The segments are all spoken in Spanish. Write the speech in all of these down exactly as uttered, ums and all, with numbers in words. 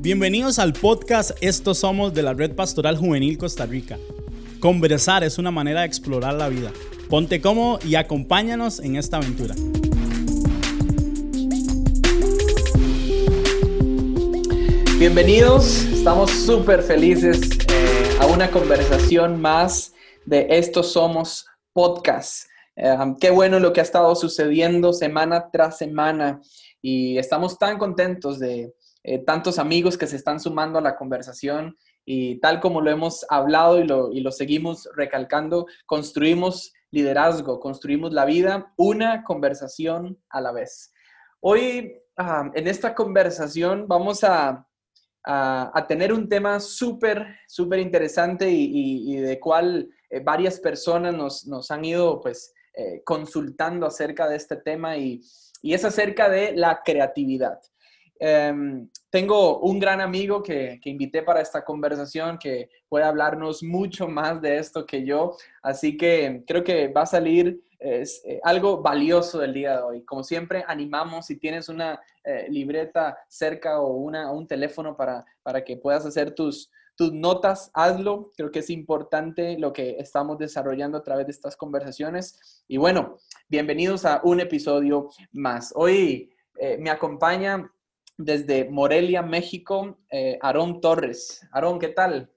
Bienvenidos al podcast Estos Somos de la Red Pastoral Juvenil Costa Rica. Conversar es una manera de explorar la vida. Ponte cómodo y acompáñanos en esta aventura. Bienvenidos, estamos súper felices eh, a una conversación más de Estos Somos Podcast. Eh, qué bueno lo que ha estado sucediendo semana tras semana y estamos tan contentos de eh, tantos amigos que se están sumando a la conversación y tal como lo hemos hablado y lo, y lo seguimos recalcando, construimos liderazgo, construimos la vida, una conversación a la vez. Hoy uh, en esta conversación vamos a A, a tener un tema súper, súper interesante y, y, y de cual eh, varias personas nos, nos han ido pues, eh, consultando acerca de este tema y, y es acerca de la creatividad. Um, tengo un gran amigo que, que invité para esta conversación que puede hablarnos mucho más de esto que yo, así que creo que va a salir es eh, algo valioso del día de hoy. Como siempre, animamos si tienes una eh, libreta cerca o una, un teléfono para, para que puedas hacer tus, tus notas, hazlo. Creo que es importante lo que estamos desarrollando a través de estas conversaciones. Y bueno, bienvenidos a un episodio más. Hoy eh, me acompaña desde Morelia, México, eh, Aarón Torres. Aarón, ¿qué tal?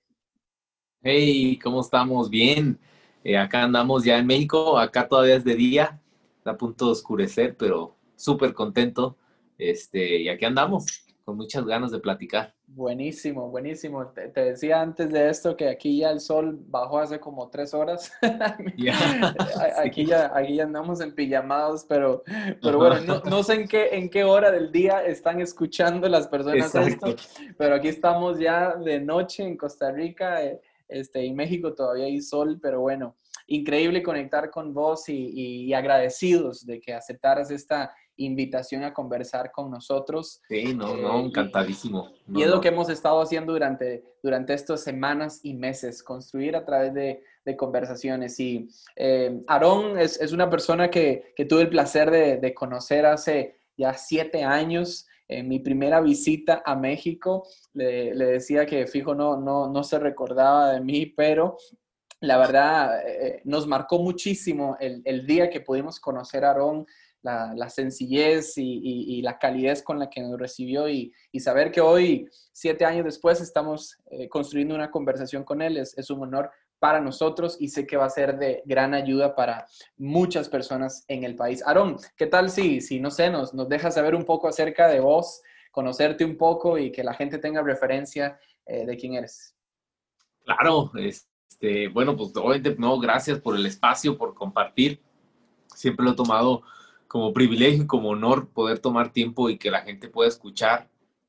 Hey, ¿cómo estamos? Bien. Eh, acá andamos ya en México, acá todavía es de día, está a punto de oscurecer, pero súper contento. Este, y aquí andamos, con muchas ganas de platicar. Buenísimo, buenísimo. Te, te decía antes de esto que aquí ya el sol bajó hace como tres horas. Yeah, aquí, sí. ya, aquí ya andamos en pijamados, pero, pero bueno, no, no sé en qué, en qué hora del día están escuchando las personas Exacto. esto, pero aquí estamos ya de noche en Costa Rica, eh, este, en México todavía hay sol, pero bueno, increíble conectar con vos y, y, y agradecidos de que aceptaras esta invitación a conversar con nosotros. Sí, no, no, Eh, y, encantadísimo. Un y es lo que honor. hemos estado haciendo durante, durante estas semanas y meses, construir a través de, de conversaciones. Y eh, Aarón es, es una persona que, que tuve el placer de, de conocer hace ya siete años. En mi primera visita a México, le, le decía que fijo no, no, no se recordaba de mí, pero la verdad eh, nos marcó muchísimo el, el día que pudimos conocer a Aarón, la, la sencillez y, y, y la calidez con la que nos recibió y, y saber que hoy, siete años después, estamos eh, construyendo una conversación con él es, es un honor para nosotros y sé que va a ser de gran ayuda para muchas personas en el país. Aarón, ¿qué tal si, si no sé, nos, nos dejas saber un poco acerca de vos, conocerte un poco y que la gente tenga referencia eh, de quién eres? Claro, este, bueno, pues obviamente, no, gracias por el espacio, por compartir. Siempre lo he tomado como privilegio y como honor poder tomar tiempo y que la gente pueda escuchar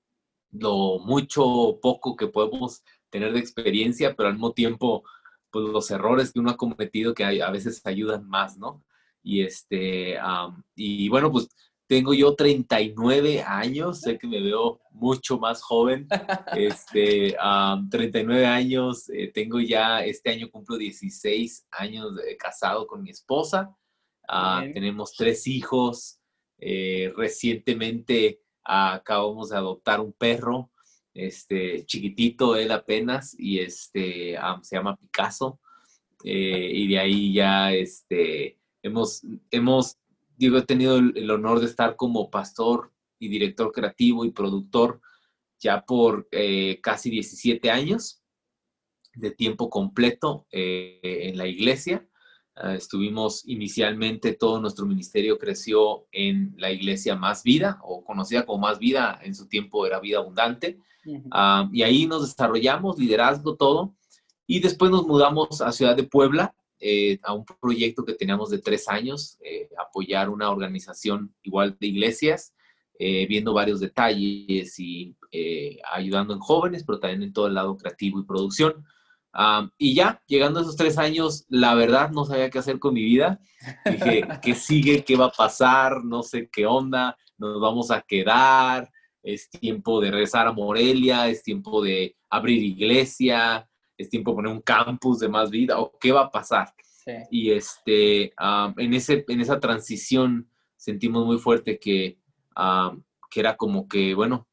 lo mucho o poco que podemos tener de experiencia, pero al mismo tiempo, pues los errores que uno ha cometido que hay, a veces ayudan más, ¿no? Y este, um, y bueno, pues tengo yo treinta y nueve años, sé que me veo mucho más joven, este, um, treinta y nueve años, eh, tengo ya, este año cumplo dieciséis años de casado con mi esposa, uh, Bien. tenemos tres hijos, eh, recientemente acabamos de adoptar un perro, este, chiquitito él apenas, y este, um, se llama Picasso, eh, y de ahí ya este, hemos, hemos, digo, he tenido el, el honor de estar como pastor y director creativo y productor ya por eh, casi diecisiete años de tiempo completo eh, en la iglesia. Uh, estuvimos inicialmente, todo nuestro ministerio creció en la iglesia Más Vida, o conocida como Más Vida, en su tiempo era Vida Abundante. Uh-huh. Uh, y ahí nos desarrollamos, liderazgo, todo. Y después nos mudamos a Ciudad de Puebla, eh, a un proyecto que teníamos de tres años, eh, apoyar una organización igual de iglesias, eh, viendo varios detalles y eh, ayudando en jóvenes, pero también en todo el lado creativo y producción. Um, y ya, llegando a esos tres años, la verdad no sabía qué hacer con mi vida. Dije, ¿qué sigue? ¿Qué va a pasar? No sé qué onda. Nos vamos a quedar. Es tiempo de regresar a Morelia. Es tiempo de abrir iglesia. Es tiempo de poner un campus de Más Vida. ¿O qué va a pasar? Sí. Y este, um, en, ese, en esa transición sentimos muy fuerte que, um, que era como que, bueno,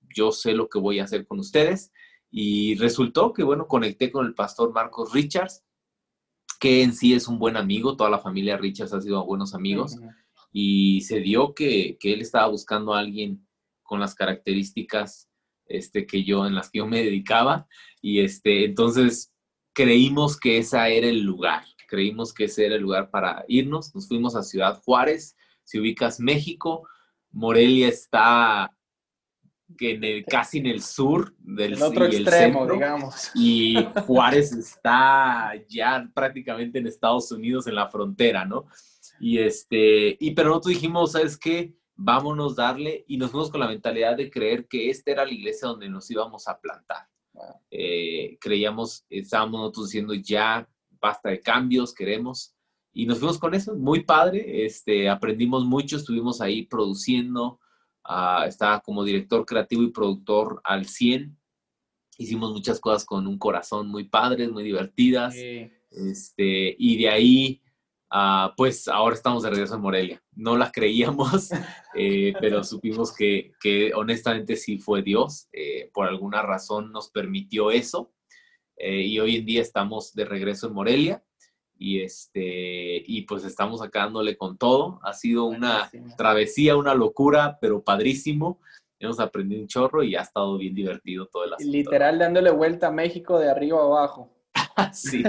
yo sé lo que voy a hacer con ustedes. Y resultó que, bueno, conecté con el pastor Marcos Richards, que en sí es un buen amigo. Toda la familia Richards ha sido buenos amigos. Uh-huh. Y se dio que, que él estaba buscando a alguien con las características este, que yo, en las que yo me dedicaba. Y este, entonces creímos que ese era el lugar. Creímos que ese era el lugar para irnos. Nos fuimos a Ciudad Juárez. Si ubicas México, Morelia está en el, casi en el sur del el otro y el extremo, centro, digamos. Y Juárez está ya prácticamente en Estados Unidos, en la frontera, ¿no? Y este, y pero nosotros dijimos, ¿sabes qué? Vámonos darle, y nos fuimos con la mentalidad de creer que esta era la iglesia donde nos íbamos a plantar. Wow. Eh, creíamos, estábamos nosotros diciendo ya, basta de cambios, queremos, y nos fuimos con eso, muy padre, este, aprendimos mucho, estuvimos ahí produciendo, uh, estaba como director creativo y productor al cien, hicimos muchas cosas con un corazón muy padres, muy divertidas, sí. este, y de ahí, uh, pues ahora estamos de regreso en Morelia. No la creíamos, eh, pero supimos que, que honestamente sí fue Dios, eh, por alguna razón nos permitió eso, eh, y hoy en día estamos de regreso en Morelia, y, este, y pues estamos acá dándole con todo. Ha sido una Buenísimo. travesía, una locura, pero padrísimo. Hemos aprendido un chorro y ha estado bien divertido todo el asunto. Literal dándole vuelta a México de arriba a abajo. Sí,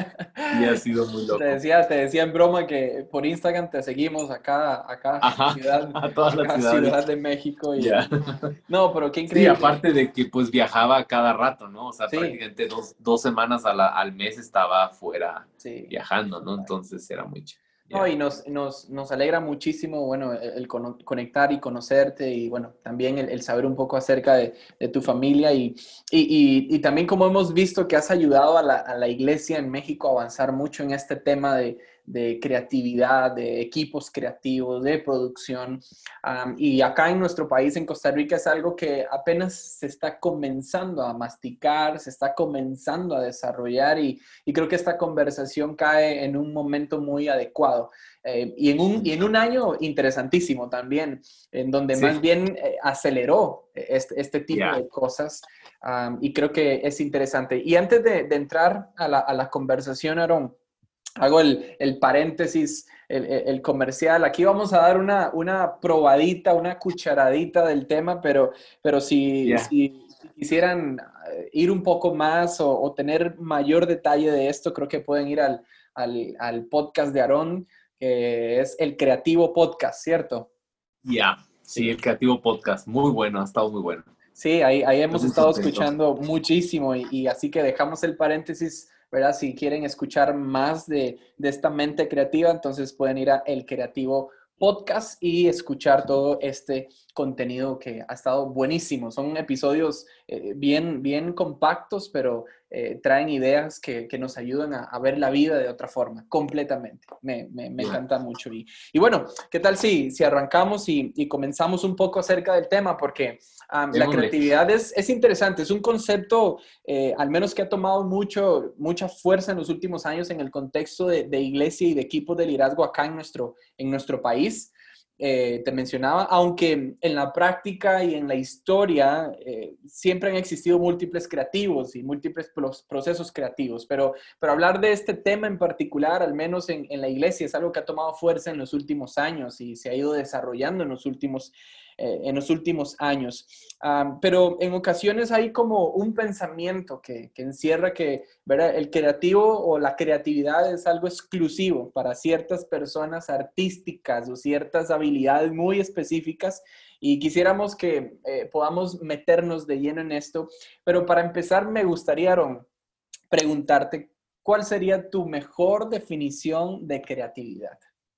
y ha sido muy loco. Te decía, te decía en broma que por Instagram te seguimos acá, acá Ajá, ciudad, a todas acá las ciudades. Ciudad de México. Y, yeah. No, pero qué increíble. Sí, aparte de que pues viajaba cada rato, ¿no? O sea, sí. prácticamente dos, dos semanas a la, al mes estaba afuera sí. viajando, ¿no? Entonces era mucho. No, y nos, nos, nos alegra muchísimo, bueno, el, el conectar y conocerte y, bueno, también el, el saber un poco acerca de, de tu familia y, y, y, y también como hemos visto que has ayudado a la, a la iglesia en México a avanzar mucho en este tema de, de creatividad, de equipos creativos, de producción. Um, y acá en nuestro país, en Costa Rica, es algo que apenas se está comenzando a masticar, se está comenzando a desarrollar y, y creo que esta conversación cae en un momento muy adecuado. Eh, y, en un, y en un año interesantísimo también, en donde sí. más bien eh, aceleró este, este tipo yeah. de cosas. Um, y creo que es interesante. Y antes de, de entrar a la, a la conversación, Aarón, hago el, el paréntesis, el, el comercial. Aquí vamos a dar una, una probadita, una cucharadita del tema, pero, pero si, yeah. si, si quisieran ir un poco más o, o tener mayor detalle de esto, creo que pueden ir al, al, al podcast de Aarón, que es el Creativo Podcast, ¿cierto? Ya, yeah. sí, sí, el Creativo Podcast. Muy bueno, ha estado muy bueno. Sí, ahí, ahí hemos estado contento. escuchando muchísimo y, y así que dejamos el paréntesis, ¿verdad? Si quieren escuchar más de, de esta mente creativa, entonces pueden ir a El Creativo Podcast y escuchar todo este contenido que ha estado buenísimo. Son episodios eh, bien, bien compactos, pero eh, traen ideas que, que nos ayudan a, a ver la vida de otra forma, completamente. Me, me, me encanta mucho. Y, y bueno, ¿qué tal si, si arrancamos y, y comenzamos un poco acerca del tema? Porque um, la creatividad es, es interesante, es un concepto, eh, al menos que ha tomado mucho, mucha fuerza en los últimos años en el contexto de, de iglesia y de equipos de liderazgo acá en nuestro, en nuestro país. Eh, te mencionaba, aunque en la práctica y en la historia eh, siempre han existido múltiples creativos y múltiples procesos creativos, pero, pero hablar de este tema en particular, al menos en, en la iglesia, es algo que ha tomado fuerza en los últimos años y se ha ido desarrollando en los últimos, eh, en los últimos años. Um, pero en ocasiones hay como un pensamiento que, que encierra que, ¿verdad?, el creativo o la creatividad es algo exclusivo para ciertas personas artísticas o ciertas habilidades muy específicas y quisiéramos que eh, podamos meternos de lleno en esto. Pero para empezar me gustaría, Aarón, preguntarte, ¿cuál sería tu mejor definición de creatividad?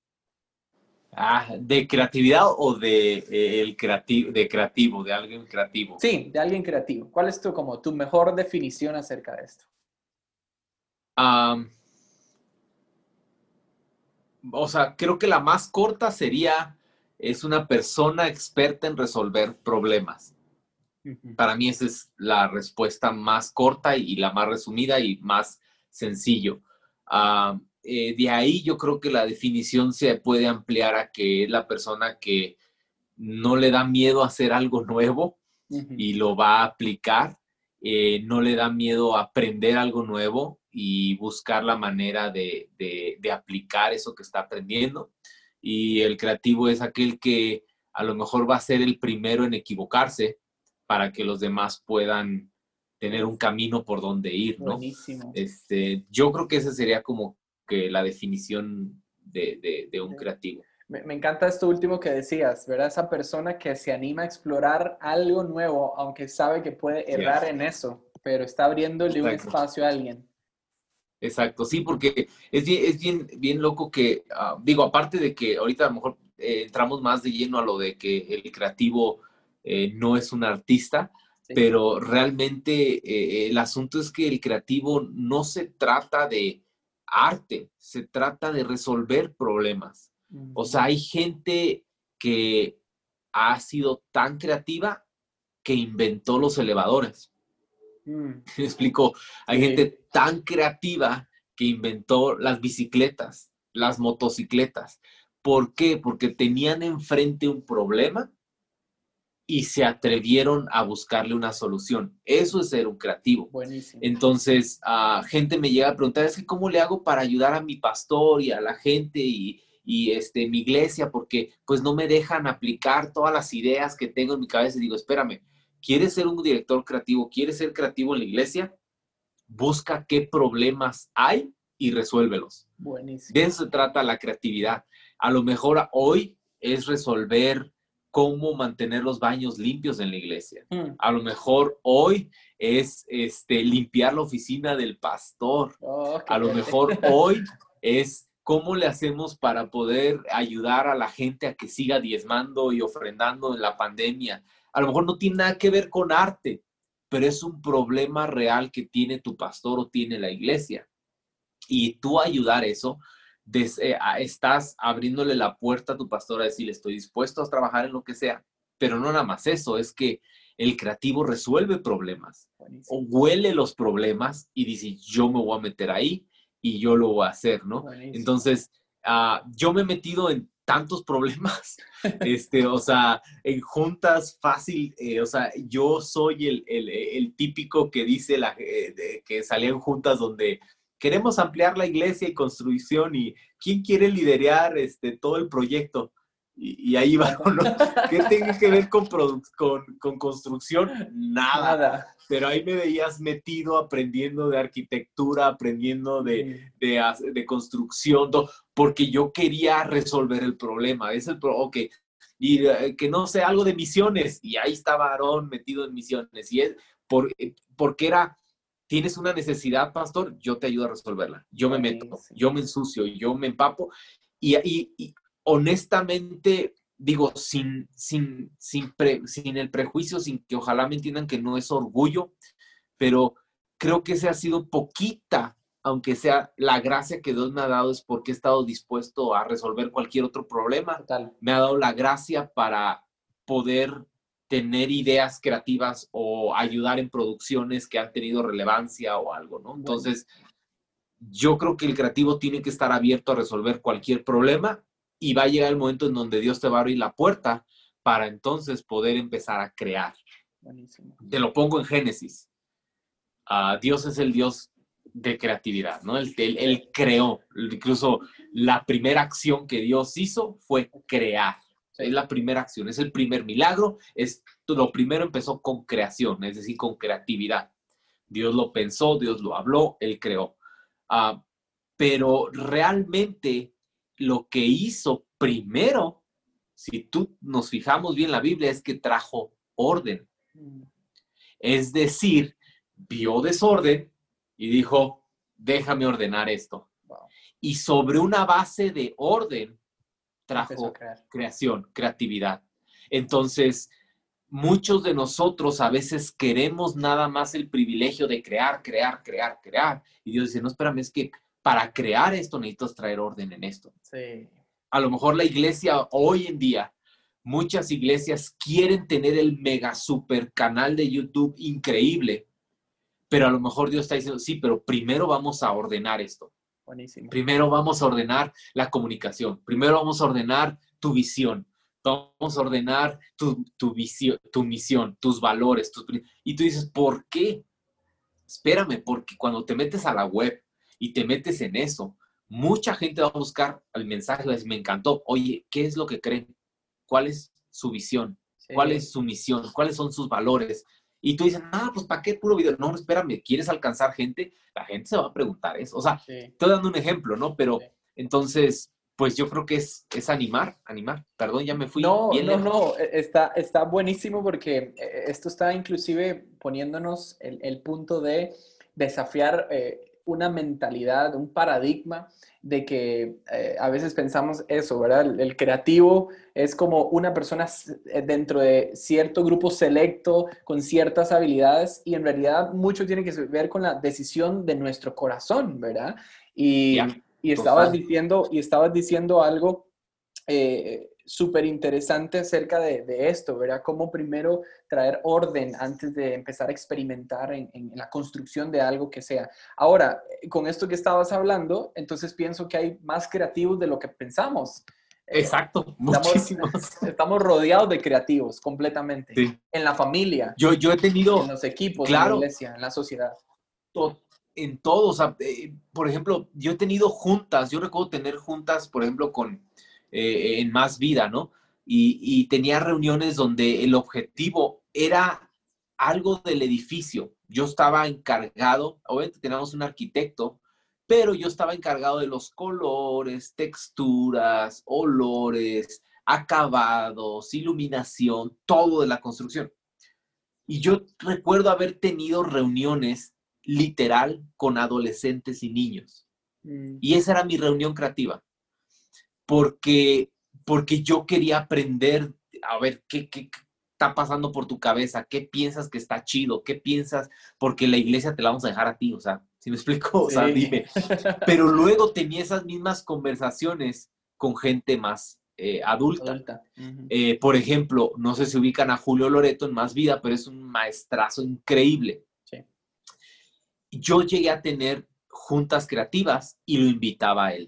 Ah, ¿de creatividad o de, eh, el creativo, de creativo, de alguien creativo? Sí, de alguien creativo. ¿Cuál es tu, como, tu mejor definición acerca de esto? Um, o sea, creo que la más corta sería, es una persona experta en resolver problemas. Uh-huh. Para mí esa es la respuesta más corta y la más resumida y más sencillo. Uh, Eh, de ahí yo creo que la definición se puede ampliar a que es la persona que no le da miedo a hacer algo nuevo, Ujú. y lo va a aplicar. Eh, no le da miedo aprender algo nuevo y buscar la manera de, de, de aplicar eso que está aprendiendo. Y el creativo es aquel que a lo mejor va a ser el primero en equivocarse para que los demás puedan tener un camino por donde ir, ¿no? Buenísimo. Este, yo creo que esa sería como que la definición de, de, de un Sí. creativo. Me, me encanta esto último que decías, ¿verdad? Esa persona que se anima a explorar algo nuevo, aunque sabe que puede errar Yes. en eso, pero está abriéndole un Exacto. espacio a alguien. Exacto, sí, porque es bien, es bien, bien loco que, uh, digo, aparte de que ahorita a lo mejor eh, entramos más de lleno a lo de que el creativo eh, no es un artista, Sí. pero realmente eh, el asunto es que el creativo no se trata de arte, se trata de resolver problemas. Uh-huh. O sea, hay gente que ha sido tan creativa que inventó los elevadores. Mm. Me explico, hay Sí. gente tan creativa que inventó las bicicletas, las motocicletas. ¿Por qué? Porque tenían enfrente un problema y se atrevieron a buscarle una solución. Eso es ser un creativo. Buenísimo. Entonces, uh, gente me llega a preguntar, es que ¿cómo le hago para ayudar a mi pastor y a la gente y, y este, mi iglesia? Porque pues no me dejan aplicar todas las ideas que tengo en mi cabeza. Y digo, espérame, ¿quieres ser un director creativo? ¿Quieres ser creativo en la iglesia? Busca qué problemas hay y resuélvelos. Buenísimo. De eso se trata la creatividad. A lo mejor hoy es resolver cómo mantener los baños limpios en la iglesia. Mm. A lo mejor hoy es este, limpiar la oficina del pastor. Oh, a lo fuerte. mejor hoy es cómo le hacemos para poder ayudar a la gente a que siga diezmando y ofrendando en la pandemia. A lo mejor no tiene nada que ver con arte, pero es un problema real que tiene tu pastor o tiene la iglesia. Y tú ayudar eso, des, eh, estás abriéndole la puerta a tu pastor a decirle, estoy dispuesto a trabajar en lo que sea. Pero no nada más eso, es que el creativo resuelve problemas. Buenísimo. O huele los problemas y dice, yo me voy a meter ahí y yo lo voy a hacer, ¿no? Buenísimo. Entonces, uh, yo me he metido en tantos problemas, este, o sea, en juntas fácil, eh, o sea, yo soy el, el, el típico que dice la, eh, de, que salía en juntas donde queremos ampliar la iglesia y construcción y ¿quién quiere liderar este, todo el proyecto? Y, y ahí va, ¿no? ¿Qué tiene que ver con, con, con construcción? Nada. Nada. Pero ahí me veías metido aprendiendo de arquitectura, aprendiendo de, de, de construcción, todo, porque yo quería resolver el problema. Es el pro, ok, y uh, que no sé, algo de misiones. Y ahí estaba Aarón metido en misiones. Y es por, porque era, tienes una necesidad, pastor, yo te ayudo a resolverla. Yo me meto, yo me ensucio, yo me empapo. Y, y, y honestamente, digo, sin, sin, sin, pre, sin el prejuicio, sin que ojalá me entiendan que no es orgullo, pero creo que ese ha sido poquita, aunque sea la gracia que Dios me ha dado, es porque he estado dispuesto a resolver cualquier otro problema. Total. Me ha dado la gracia para poder tener ideas creativas o ayudar en producciones que han tenido relevancia o algo, ¿no? Bueno. Entonces, yo creo que el creativo tiene que estar abierto a resolver cualquier problema. Y va a llegar el momento en donde Dios te va a abrir la puerta para entonces poder empezar a crear. Buenísimo. Te lo pongo en Génesis. Uh, Dios es el Dios de creatividad, ¿no? Él, él, él creó. Incluso la primera acción que Dios hizo fue crear. Sí. Es la primera acción, es el primer milagro. Es, lo primero empezó con creación, es decir, con creatividad. Dios lo pensó, Dios lo habló, Él creó. Uh, pero realmente lo que hizo primero, si tú nos fijamos bien en la Biblia, es que trajo orden. Mm. Es decir, vio desorden y dijo, déjame ordenar esto. Wow. Y sobre una base de orden, trajo creación, creatividad. Entonces, muchos de nosotros a veces queremos nada más el privilegio de crear, crear, crear, crear. Y Dios dice, no, espérame, es que para crear esto necesitas traer orden en esto. Sí. A lo mejor la iglesia hoy en día, muchas iglesias quieren tener el mega super canal de YouTube increíble, pero a lo mejor Dios está diciendo, sí, pero primero vamos a ordenar esto. Buenísimo. Primero vamos a ordenar la comunicación. Primero vamos a ordenar tu visión. vamos a ordenar tu, tu, visión, tu misión, tus valores. Tus... Y tú dices, ¿por qué? Espérame, porque cuando te metes a la web y te metes en eso, mucha gente va a buscar el mensaje, va a decir, me encantó. Oye, ¿qué es lo que creen? ¿Cuál es su visión? Sí. ¿Cuál es su misión? ¿Cuáles son sus valores? Y tú dices, ah, pues ¿para qué puro video? No, espérame, ¿quieres alcanzar gente? La gente se va a preguntar eso. O sea, Sí. estoy dando un ejemplo, ¿no? Pero Sí. entonces, pues yo creo que es, es animar, animar. Perdón, ya me fui No, bien no, lejos. no, está, está buenísimo porque eh, esto está inclusive poniéndonos el, el punto de desafiar eh, una mentalidad, un paradigma de que eh, a veces pensamos eso, ¿verdad? El, el creativo es como una persona dentro de cierto grupo selecto con ciertas habilidades y en realidad mucho tiene que ver con la decisión de nuestro corazón, ¿verdad? Y, Ya, y, estabas, total. diciendo, y estabas diciendo algo eh, súper interesante acerca de, de esto, ¿verdad? Cómo primero traer orden antes de empezar a experimentar en, en la construcción de algo que sea. Ahora, con esto que estabas hablando, entonces pienso que hay más creativos de lo que pensamos. Eh, Exacto, estamos, muchísimos. estamos rodeados de creativos completamente. Sí. En la familia, Yo, yo he tenido, en los equipos, en la claro, iglesia, en la sociedad. to- en todo. O sea, eh, por ejemplo, yo he tenido juntas, yo recuerdo tener juntas, por ejemplo, con eh, en Más Vida, ¿no? Y, y tenía reuniones donde el objetivo era algo del edificio. Yo estaba encargado, obviamente teníamos un arquitecto, pero yo estaba encargado de los colores, texturas, olores, acabados, iluminación, todo de la construcción. Y yo recuerdo haber tenido reuniones literal con adolescentes y niños. Mm. Y esa era mi reunión creativa. Porque, porque yo quería aprender, a ver, ¿qué, qué está pasando por tu cabeza? ¿Qué piensas que está chido? ¿Qué piensas? Porque la iglesia te la vamos a dejar a ti, o sea, ¿sí me explico? O sea, Sí. dime. Pero luego tenía esas mismas conversaciones con gente más eh, adulta. Adulta. Uh-huh. Eh, por ejemplo, no sé si ubican a Julio Loreto en Más Vida, pero es un maestrazo increíble. Sí. Yo llegué a tener juntas creativas y lo invitaba a él.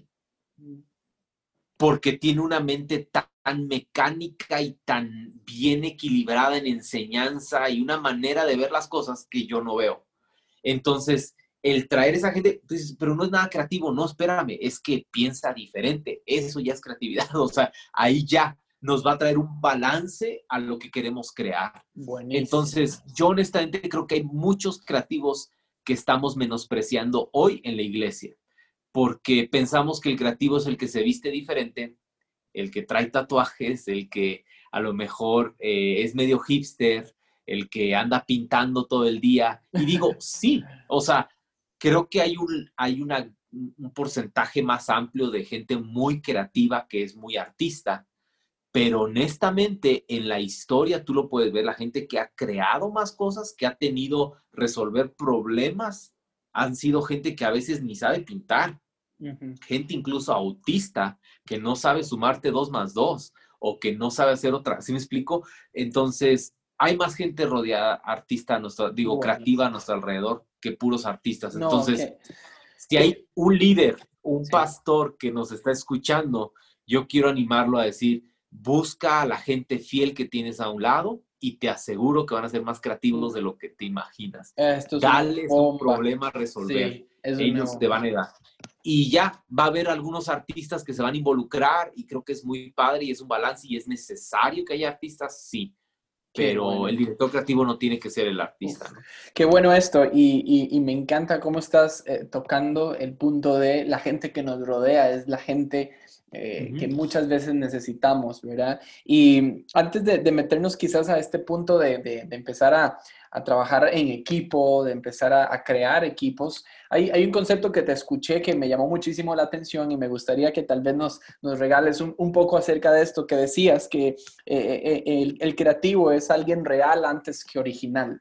Porque tiene una mente tan mecánica y tan bien equilibrada en enseñanza y una manera de ver las cosas que yo no veo. Entonces, el traer esa gente, pues, pero no es nada creativo, no, espérame, es que piensa diferente, eso ya es creatividad, o sea, ahí ya nos va a traer un balance a lo que queremos crear. Buenísimo. Entonces, yo honestamente creo que hay muchos creativos que estamos menospreciando hoy en la iglesia, porque pensamos que el creativo es el que se viste diferente, el que trae tatuajes, el que a lo mejor eh, es medio hipster, el que anda pintando todo el día. Y digo, sí, o sea, creo que hay un, hay una, un porcentaje más amplio de gente muy creativa que es muy artista, pero honestamente en la historia tú lo puedes ver, la gente que ha creado más cosas, que ha tenido resolver problemas, han sido gente que a veces ni sabe pintar. Uh-huh. Gente incluso autista que no sabe sumarte dos más dos o que no sabe hacer otra, ¿sí me explico? Entonces, hay más gente rodeada, artista, a nuestro, digo, bueno, creativa a nuestro alrededor que puros artistas. No, Entonces, ¿qué? si hay un líder, un sí. pastor que nos está escuchando, yo quiero animarlo a decir, busca a la gente fiel que tienes a un lado y te aseguro que van a ser más creativos de lo que te imaginas. Esto es Dales un problema a resolver. Sí, ellos te van a dar. Y ya va a haber algunos artistas que se van a involucrar y creo que es muy padre y es un balance y es necesario que haya artistas, sí. Pero bueno. El director creativo no tiene que ser el artista, ¿no? Qué bueno esto y, y, y me encanta cómo estás eh, tocando el punto de la gente que nos rodea, es la gente eh, uh-huh. que muchas veces necesitamos, ¿verdad? Y antes de, de meternos quizás a este punto de, de, de empezar a, a trabajar en equipo, de empezar a, a crear equipos, hay, hay un concepto que te escuché que me llamó muchísimo la atención y me gustaría que tal vez nos, nos regales un, un poco acerca de esto que decías, que eh, eh, el, el creativo es alguien real antes que original.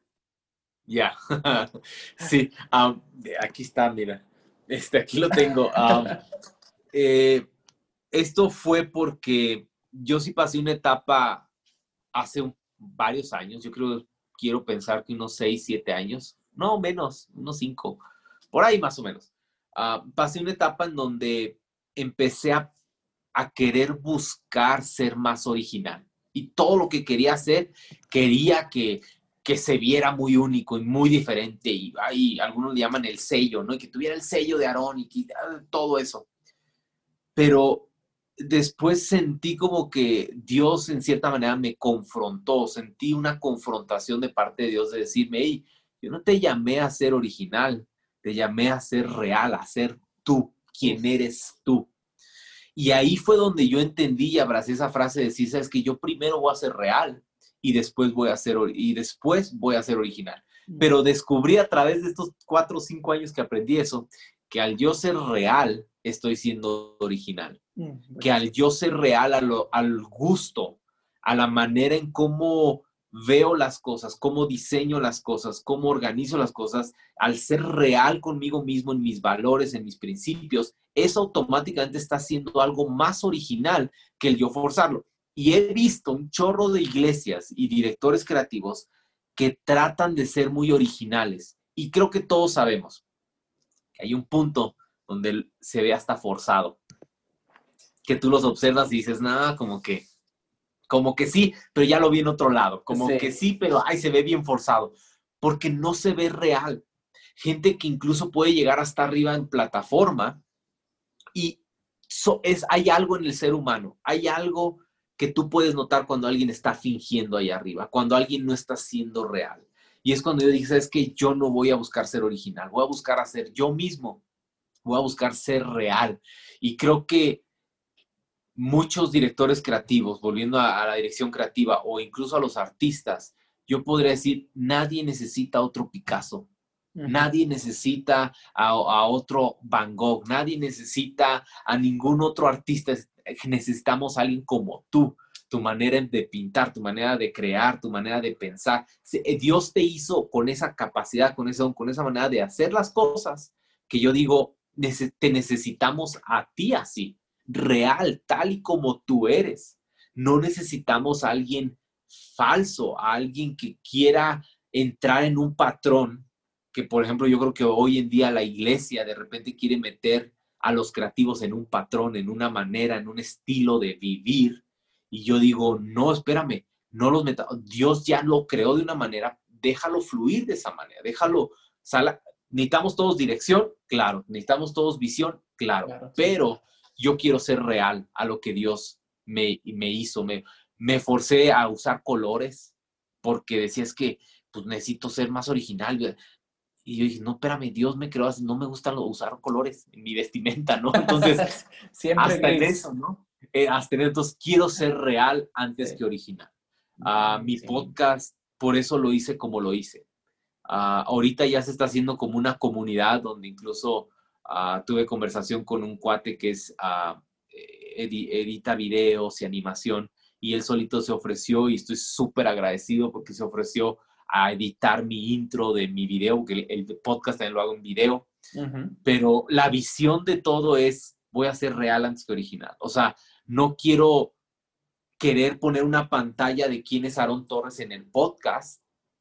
Ya, yeah. Sí, um, aquí está, mira, este, aquí lo tengo. Um, eh, esto fue porque yo sí pasé una etapa hace un, varios años, yo creo, quiero pensar que unos seis, siete años, no menos, unos cinco, por ahí más o menos. Uh, pasé una etapa en donde empecé a, a querer buscar ser más original. Y todo lo que quería hacer, quería que, que se viera muy único y muy diferente. Y ay, algunos le llaman el sello, ¿no? Y que tuviera el sello de Aarón y que, todo eso. Pero después sentí como que Dios en cierta manera me confrontó. Sentí una confrontación de parte de Dios de decirme, hey, yo no te llamé a ser original, te llamé a ser real, a ser tú, quien eres tú. Y ahí fue donde yo entendí y abracé esa frase de decir, sabes que yo primero voy a ser real y después voy a ser, y después voy a ser original. Pero descubrí a través de estos cuatro o cinco años que aprendí eso, que al yo ser real, estoy siendo original. Mm, que al yo ser real a lo, al gusto, a la manera en cómo veo las cosas, cómo diseño las cosas, cómo organizo las cosas, al ser real conmigo mismo en mis valores, en mis principios, eso automáticamente está haciendo algo más original que el yo forzarlo. Y he visto un chorro de iglesias y directores creativos que tratan de ser muy originales. Y creo que todos sabemos que hay un punto donde se ve hasta forzado. Que tú los observas y dices, nada, como que, como que sí, pero ya lo vi en otro lado. Como sí. que sí, pero ay, se ve bien forzado. Porque no se ve real. Gente que incluso puede llegar hasta arriba en plataforma y so, es, hay algo en el ser humano. Hay algo que tú puedes notar cuando alguien está fingiendo ahí arriba, cuando alguien no está siendo real. Y es cuando yo dije, ¿sabes qué? Yo no voy a buscar ser original, voy a buscar hacer yo mismo, voy a buscar ser real. Y creo que muchos directores creativos, volviendo a, a la dirección creativa o incluso a los artistas, yo podría decir, nadie necesita otro Picasso. Uh-huh. Nadie necesita a, a otro Van Gogh, nadie necesita a ningún otro artista. Necesitamos a alguien como tú, tu manera de pintar, tu manera de crear, tu manera de pensar. Dios te hizo con esa capacidad, con esa, con esa manera de hacer las cosas, que yo digo, te necesitamos a ti así, real, tal y como tú eres. No necesitamos a alguien falso, a alguien que quiera entrar en un patrón, que por ejemplo yo creo que hoy en día la iglesia de repente quiere meter a los creativos en un patrón, en una manera, en un estilo de vivir. Y yo digo, no, espérame, no los meta. Dios ya lo creó de una manera, déjalo fluir de esa manera, déjalo, sala. Necesitamos todos dirección, claro, necesitamos todos visión, claro, claro, pero sí. Yo quiero ser real a lo que Dios me, me hizo, me, me forcé a usar colores, porque decía, es que pues, necesito ser más original. Y yo dije, no, espérame, Dios me creó así, no me gusta usar colores en mi vestimenta, ¿no? Entonces, siempre hasta en eso, ¿no? Eh, hasta en eso, entonces, quiero ser real antes sí. que original. Uh, mi sí. podcast, por eso lo hice como lo hice. Uh, ahorita ya se está haciendo como una comunidad donde incluso uh, tuve conversación con un cuate que es uh, edi- edita videos y animación y él solito se ofreció y estoy súper agradecido porque se ofreció a editar mi intro de mi video, que el, el podcast también lo hago en video, uh-huh. Pero la visión de todo es, voy a ser real antes que original. O sea, no quiero querer poner una pantalla de quién es Aarón Torres en el podcast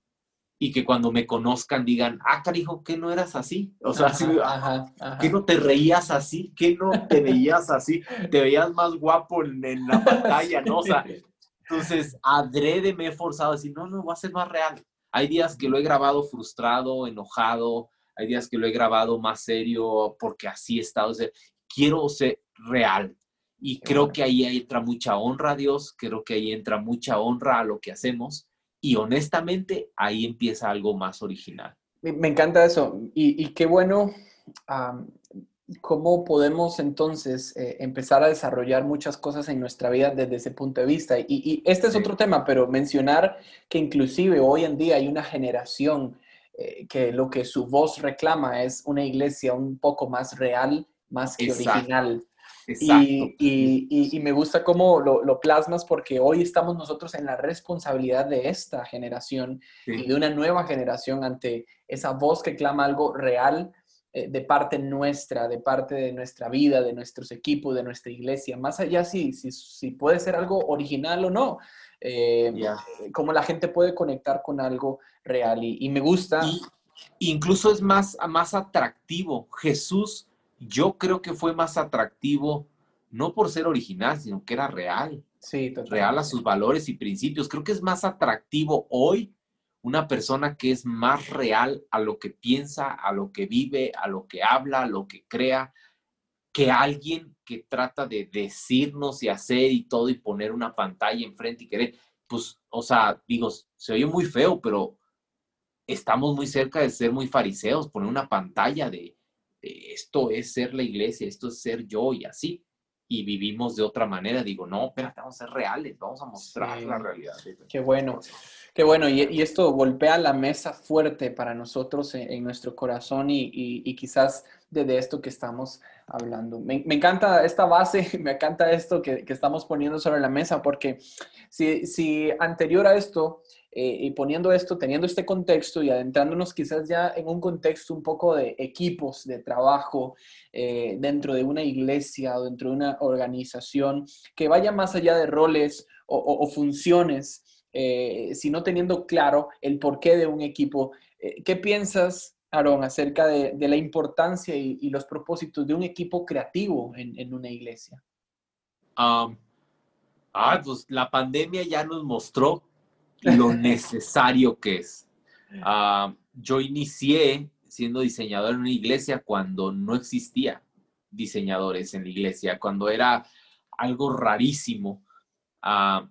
y que cuando me conozcan digan, ah, carijo, ¿qué no eras así? O sea, ajá, así, ajá, ajá. ¿Qué no te reías así? ¿Qué no te veías así? Te veías más guapo en, en la pantalla, ¿no? O sea, entonces, adrede me he forzado a decir, no, no, voy a ser más real. Hay días que lo he grabado frustrado, enojado, hay días que lo he grabado más serio porque así he estado. O sea, quiero ser real. Y Qué creo bueno. que ahí entra mucha honra a Dios, creo que ahí entra mucha honra a lo que hacemos. Y honestamente, ahí empieza algo más original. Me, me encanta eso. Y, y qué bueno, um, cómo podemos entonces eh, empezar a desarrollar muchas cosas en nuestra vida desde ese punto de vista. Y, y este es sí. otro tema, pero mencionar que inclusive hoy en día hay una generación eh, que lo que su voz reclama es una iglesia un poco más real, más que Exacto. original. Exacto. Y, y, y, y me gusta cómo lo, lo plasmas porque hoy estamos nosotros en la responsabilidad de esta generación sí. y de una nueva generación ante esa voz que clama algo real eh, de parte nuestra, de parte de nuestra vida, de nuestros equipos, de nuestra iglesia. Más allá si, si, si puede ser algo original o no. Eh, yeah. Cómo la gente puede conectar con algo real. Y, y me gusta. Y, incluso es más, más atractivo. Jesús... Yo creo que fue más atractivo no por ser original, sino que era real. Sí, totalmente. Real a sus valores y principios. Creo que es más atractivo hoy una persona que es más real a lo que piensa, a lo que vive, a lo que habla, a lo que crea, que alguien que trata de decirnos y hacer y todo y poner una pantalla enfrente y querer. Pues, o sea, digo, se oye muy feo, pero estamos muy cerca de ser muy fariseos, poner una pantalla de, de esto es ser la iglesia, esto es ser yo y así. Y vivimos de otra manera. Digo, no, espérate, vamos a ser reales, vamos a mostrar Sí. la realidad. Qué bueno, qué bueno. Y, y esto golpea la mesa fuerte para nosotros en, en nuestro corazón y, y, y quizás desde esto que estamos hablando. Me, me encanta esta base, me encanta esto que, que estamos poniendo sobre la mesa, porque si, si anterior a esto, eh, y poniendo esto, teniendo este contexto y adentrándonos quizás ya en un contexto un poco de equipos de trabajo eh, dentro de una iglesia o dentro de una organización que vaya más allá de roles o, o, o funciones, eh, sino teniendo claro el porqué de un equipo. Eh, ¿Qué piensas, Aarón, acerca de, de la importancia y, y los propósitos de un equipo creativo en, en una iglesia? Um, ah, pues la pandemia ya nos mostró lo necesario que es. Uh, yo inicié siendo diseñador en una iglesia cuando no existía diseñadores en la iglesia, cuando era algo rarísimo, uh,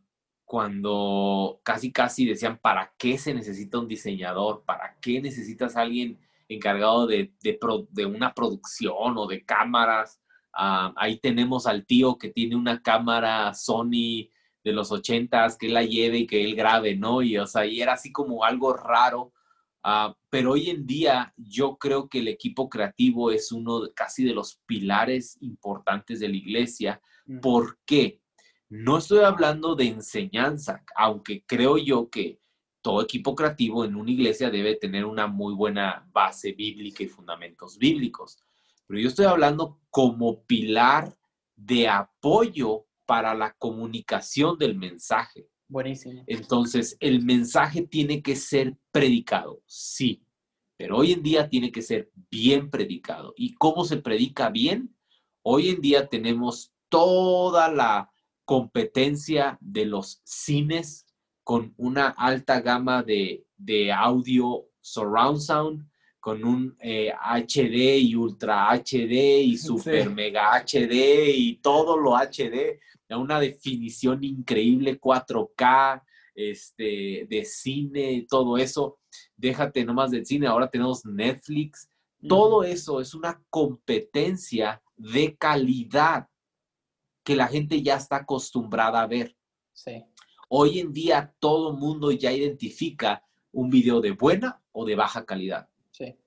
cuando casi casi decían, ¿para qué se necesita un diseñador? ¿Para qué necesitas a alguien encargado de, de, pro, de una producción o de cámaras? Uh, ahí tenemos al tío que tiene una cámara Sony de los ochentas, que él la lleve y que él grabe, ¿no? Y, o sea, y era así como algo raro. Uh, pero hoy en día yo creo que el equipo creativo es uno de, casi de los pilares importantes de la iglesia. Uh-huh. ¿Por qué? No estoy hablando de enseñanza, aunque creo yo que todo equipo creativo en una iglesia debe tener una muy buena base bíblica y fundamentos bíblicos. Pero yo estoy hablando como pilar de apoyo para la comunicación del mensaje. Buenísimo. Entonces, el mensaje tiene que ser predicado, sí, pero hoy en día tiene que ser bien predicado. ¿Y cómo se predica bien? Hoy en día tenemos toda la competencia de los cines con una alta gama de, de audio surround sound, con un eh, H D y ultra H D y super sí. mega H D y todo lo H D, a una definición increíble, cuatro K, este, de cine, todo eso. Déjate nomás del cine, ahora tenemos Netflix. Uh-huh. Todo eso es una competencia de calidad que la gente ya está acostumbrada a ver. Sí. Hoy en día todo el mundo ya identifica un video de buena o de baja calidad. Sí.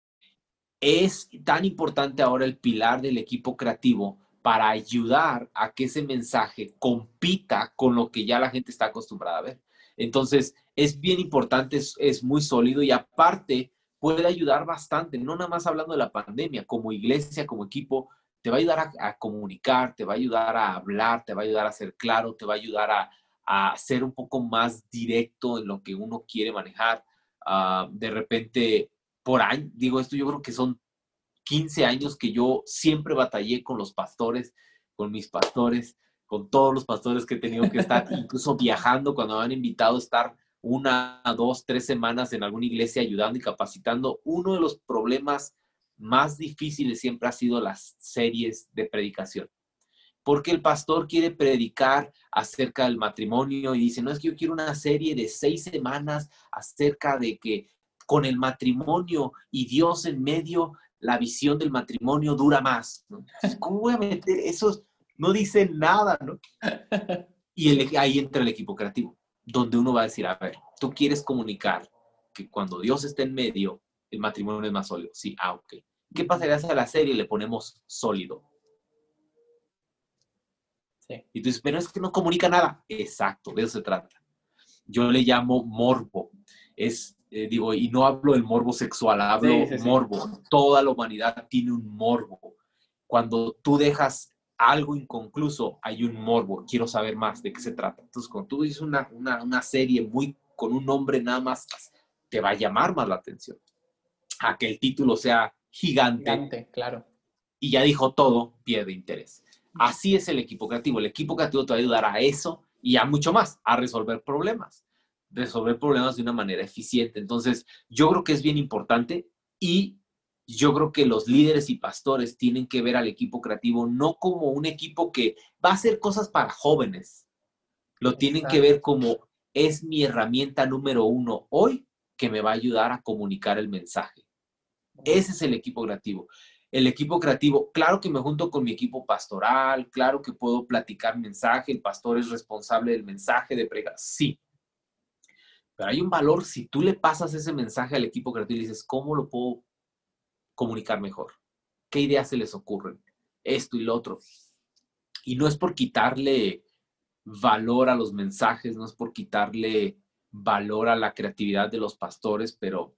Es tan importante ahora el pilar del equipo creativo para ayudar a que ese mensaje compita con lo que ya la gente está acostumbrada a ver. Entonces, es bien importante, es, es muy sólido y aparte puede ayudar bastante, no nada más hablando de la pandemia, como iglesia, como equipo, te va a ayudar a, a comunicar, te va a ayudar a hablar, te va a ayudar a ser claro, te va a ayudar a, a ser un poco más directo en lo que uno quiere manejar. Uh, de repente, por año, digo esto, yo creo que son quince años que yo siempre batallé con los pastores, con mis pastores, con todos los pastores que he tenido que estar, incluso viajando cuando me han invitado a estar una, dos, tres semanas en alguna iglesia ayudando y capacitando. Uno de los problemas más difíciles siempre ha sido las series de predicación. Porque el pastor quiere predicar acerca del matrimonio y dice, no, es que yo quiero una serie de seis semanas acerca de que con el matrimonio y Dios en medio, la visión del matrimonio dura más, ¿no? ¿Cómo voy a meter eso? No dice nada, ¿no? Y el, ahí entra el equipo creativo, donde uno va a decir, a ver, tú quieres comunicar que cuando Dios está en medio, el matrimonio es más sólido. Sí, ah, ok. ¿Qué pasaría si a la serie le ponemos sólido? Sí. Y tú dices, pero es que no comunica nada. Exacto, de eso se trata. Yo le llamo morbo. Es, eh, digo, y no hablo del morbo sexual, hablo sí, sí, sí. morbo. Toda la humanidad tiene un morbo. Cuando tú dejas algo inconcluso, hay un morbo. Quiero saber más de qué se trata. Entonces, cuando tú dices una, una, una serie muy con un nombre nada más, te va a llamar más la atención. A que el título sea gigante. Gigante, claro. Y ya dijo todo, pierde interés. Así es el equipo creativo. El equipo creativo te va a ayudar a eso y a mucho más, a resolver problemas. Resolver problemas de una manera eficiente. Entonces, yo creo que es bien importante y yo creo que los líderes y pastores tienen que ver al equipo creativo no como un equipo que va a hacer cosas para jóvenes. Lo tienen Exacto. que ver como es mi herramienta número uno hoy que me va a ayudar a comunicar el mensaje. Ese es el equipo creativo. El equipo creativo, claro que me junto con mi equipo pastoral, claro que puedo platicar mensaje, el pastor es responsable del mensaje de predicar, sí. Pero hay un valor si tú le pasas ese mensaje al equipo creativo y dices, ¿cómo lo puedo comunicar mejor? ¿Qué ideas se les ocurren? Esto y lo otro. Y no es por quitarle valor a los mensajes, no es por quitarle valor a la creatividad de los pastores, pero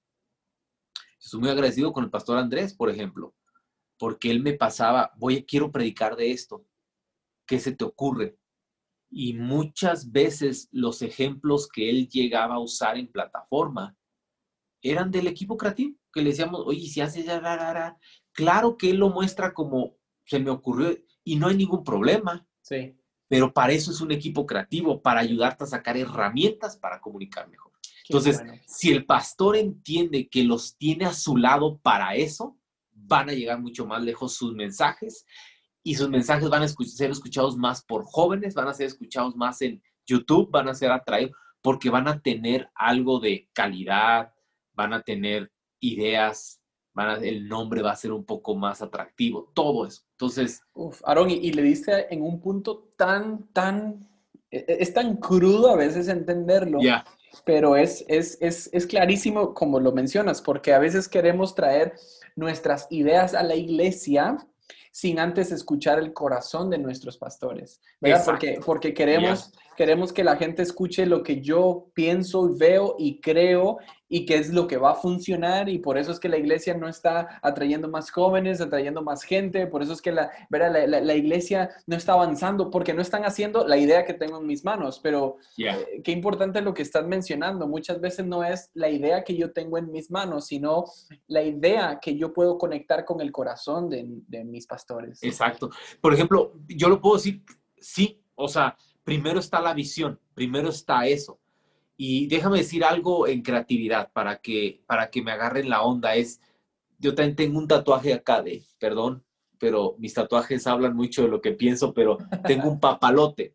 estoy muy agradecido con el pastor Andrés, por ejemplo, porque él me pasaba, voy, quiero predicar de esto. ¿Qué se te ocurre? Y muchas veces los ejemplos que él llegaba a usar en plataforma eran del equipo creativo, que le decíamos, oye, si haces ya, ra, ra, ra. Claro que él lo muestra como se me ocurrió y no hay ningún problema. Sí. Pero para eso es un equipo creativo, para ayudarte a sacar herramientas para comunicar mejor. Qué Entonces, bueno. Si el pastor entiende que los tiene a su lado para eso, van a llegar mucho más lejos sus mensajes y sus mensajes van a escuch- ser escuchados más por jóvenes, van a ser escuchados más en YouTube, van a ser atraídos porque van a tener algo de calidad, van a tener ideas, van a, el nombre va a ser un poco más atractivo, todo eso. Entonces... Uf, Aaron, y, y le diste en un punto tan, tan... Es tan crudo a veces entenderlo, yeah. pero es, es, es, es clarísimo como lo mencionas, porque a veces queremos traer nuestras ideas a la iglesia sin antes escuchar el corazón de nuestros pastores, ¿verdad? Porque, porque queremos, yeah. queremos que la gente escuche lo que yo pienso, veo y creo y que es lo que va a funcionar, y por eso es que la iglesia no está atrayendo más jóvenes, atrayendo más gente, por eso es que la, ¿verdad? La, la, la iglesia no está avanzando, porque no están haciendo la idea que tengo en mis manos, pero yeah. eh, qué importante lo que estás mencionando, muchas veces no es la idea que yo tengo en mis manos, sino la idea que yo puedo conectar con el corazón de, de mis pastores. Exacto. Por ejemplo, yo lo puedo decir, sí, o sea, primero está la visión, primero está eso. Y déjame decir algo en creatividad para que, para que me agarren la onda. Es, yo también tengo un tatuaje acá de, perdón, pero mis tatuajes hablan mucho de lo que pienso, pero tengo un papalote.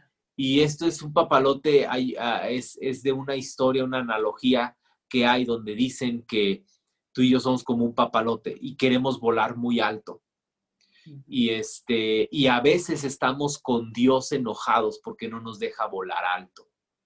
Y esto es un papalote, hay, uh, es, es de una historia, una analogía que hay donde dicen que tú y yo somos como un papalote y queremos volar muy alto. Uh-huh. Y, este, y a veces estamos con Dios enojados porque no nos deja volar alto.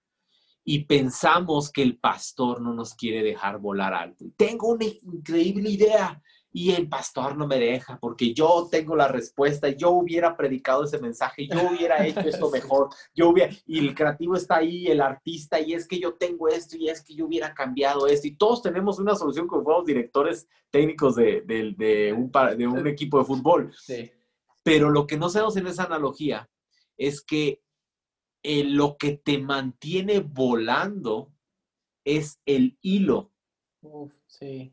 Y pensamos que el pastor no nos quiere dejar volar alto. Tengo una increíble idea y el pastor no me deja porque yo tengo la respuesta. Yo hubiera predicado ese mensaje, yo hubiera hecho esto mejor. Yo hubiera, y el creativo está ahí, el artista, y es que yo tengo esto y es que yo hubiera cambiado esto. Y todos tenemos una solución como fuimos directores técnicos de, de, de, un, de un equipo de fútbol. Sí. Pero lo que no sabemos en esa analogía es que Eh, lo que te mantiene volando es el hilo. Uf, sí.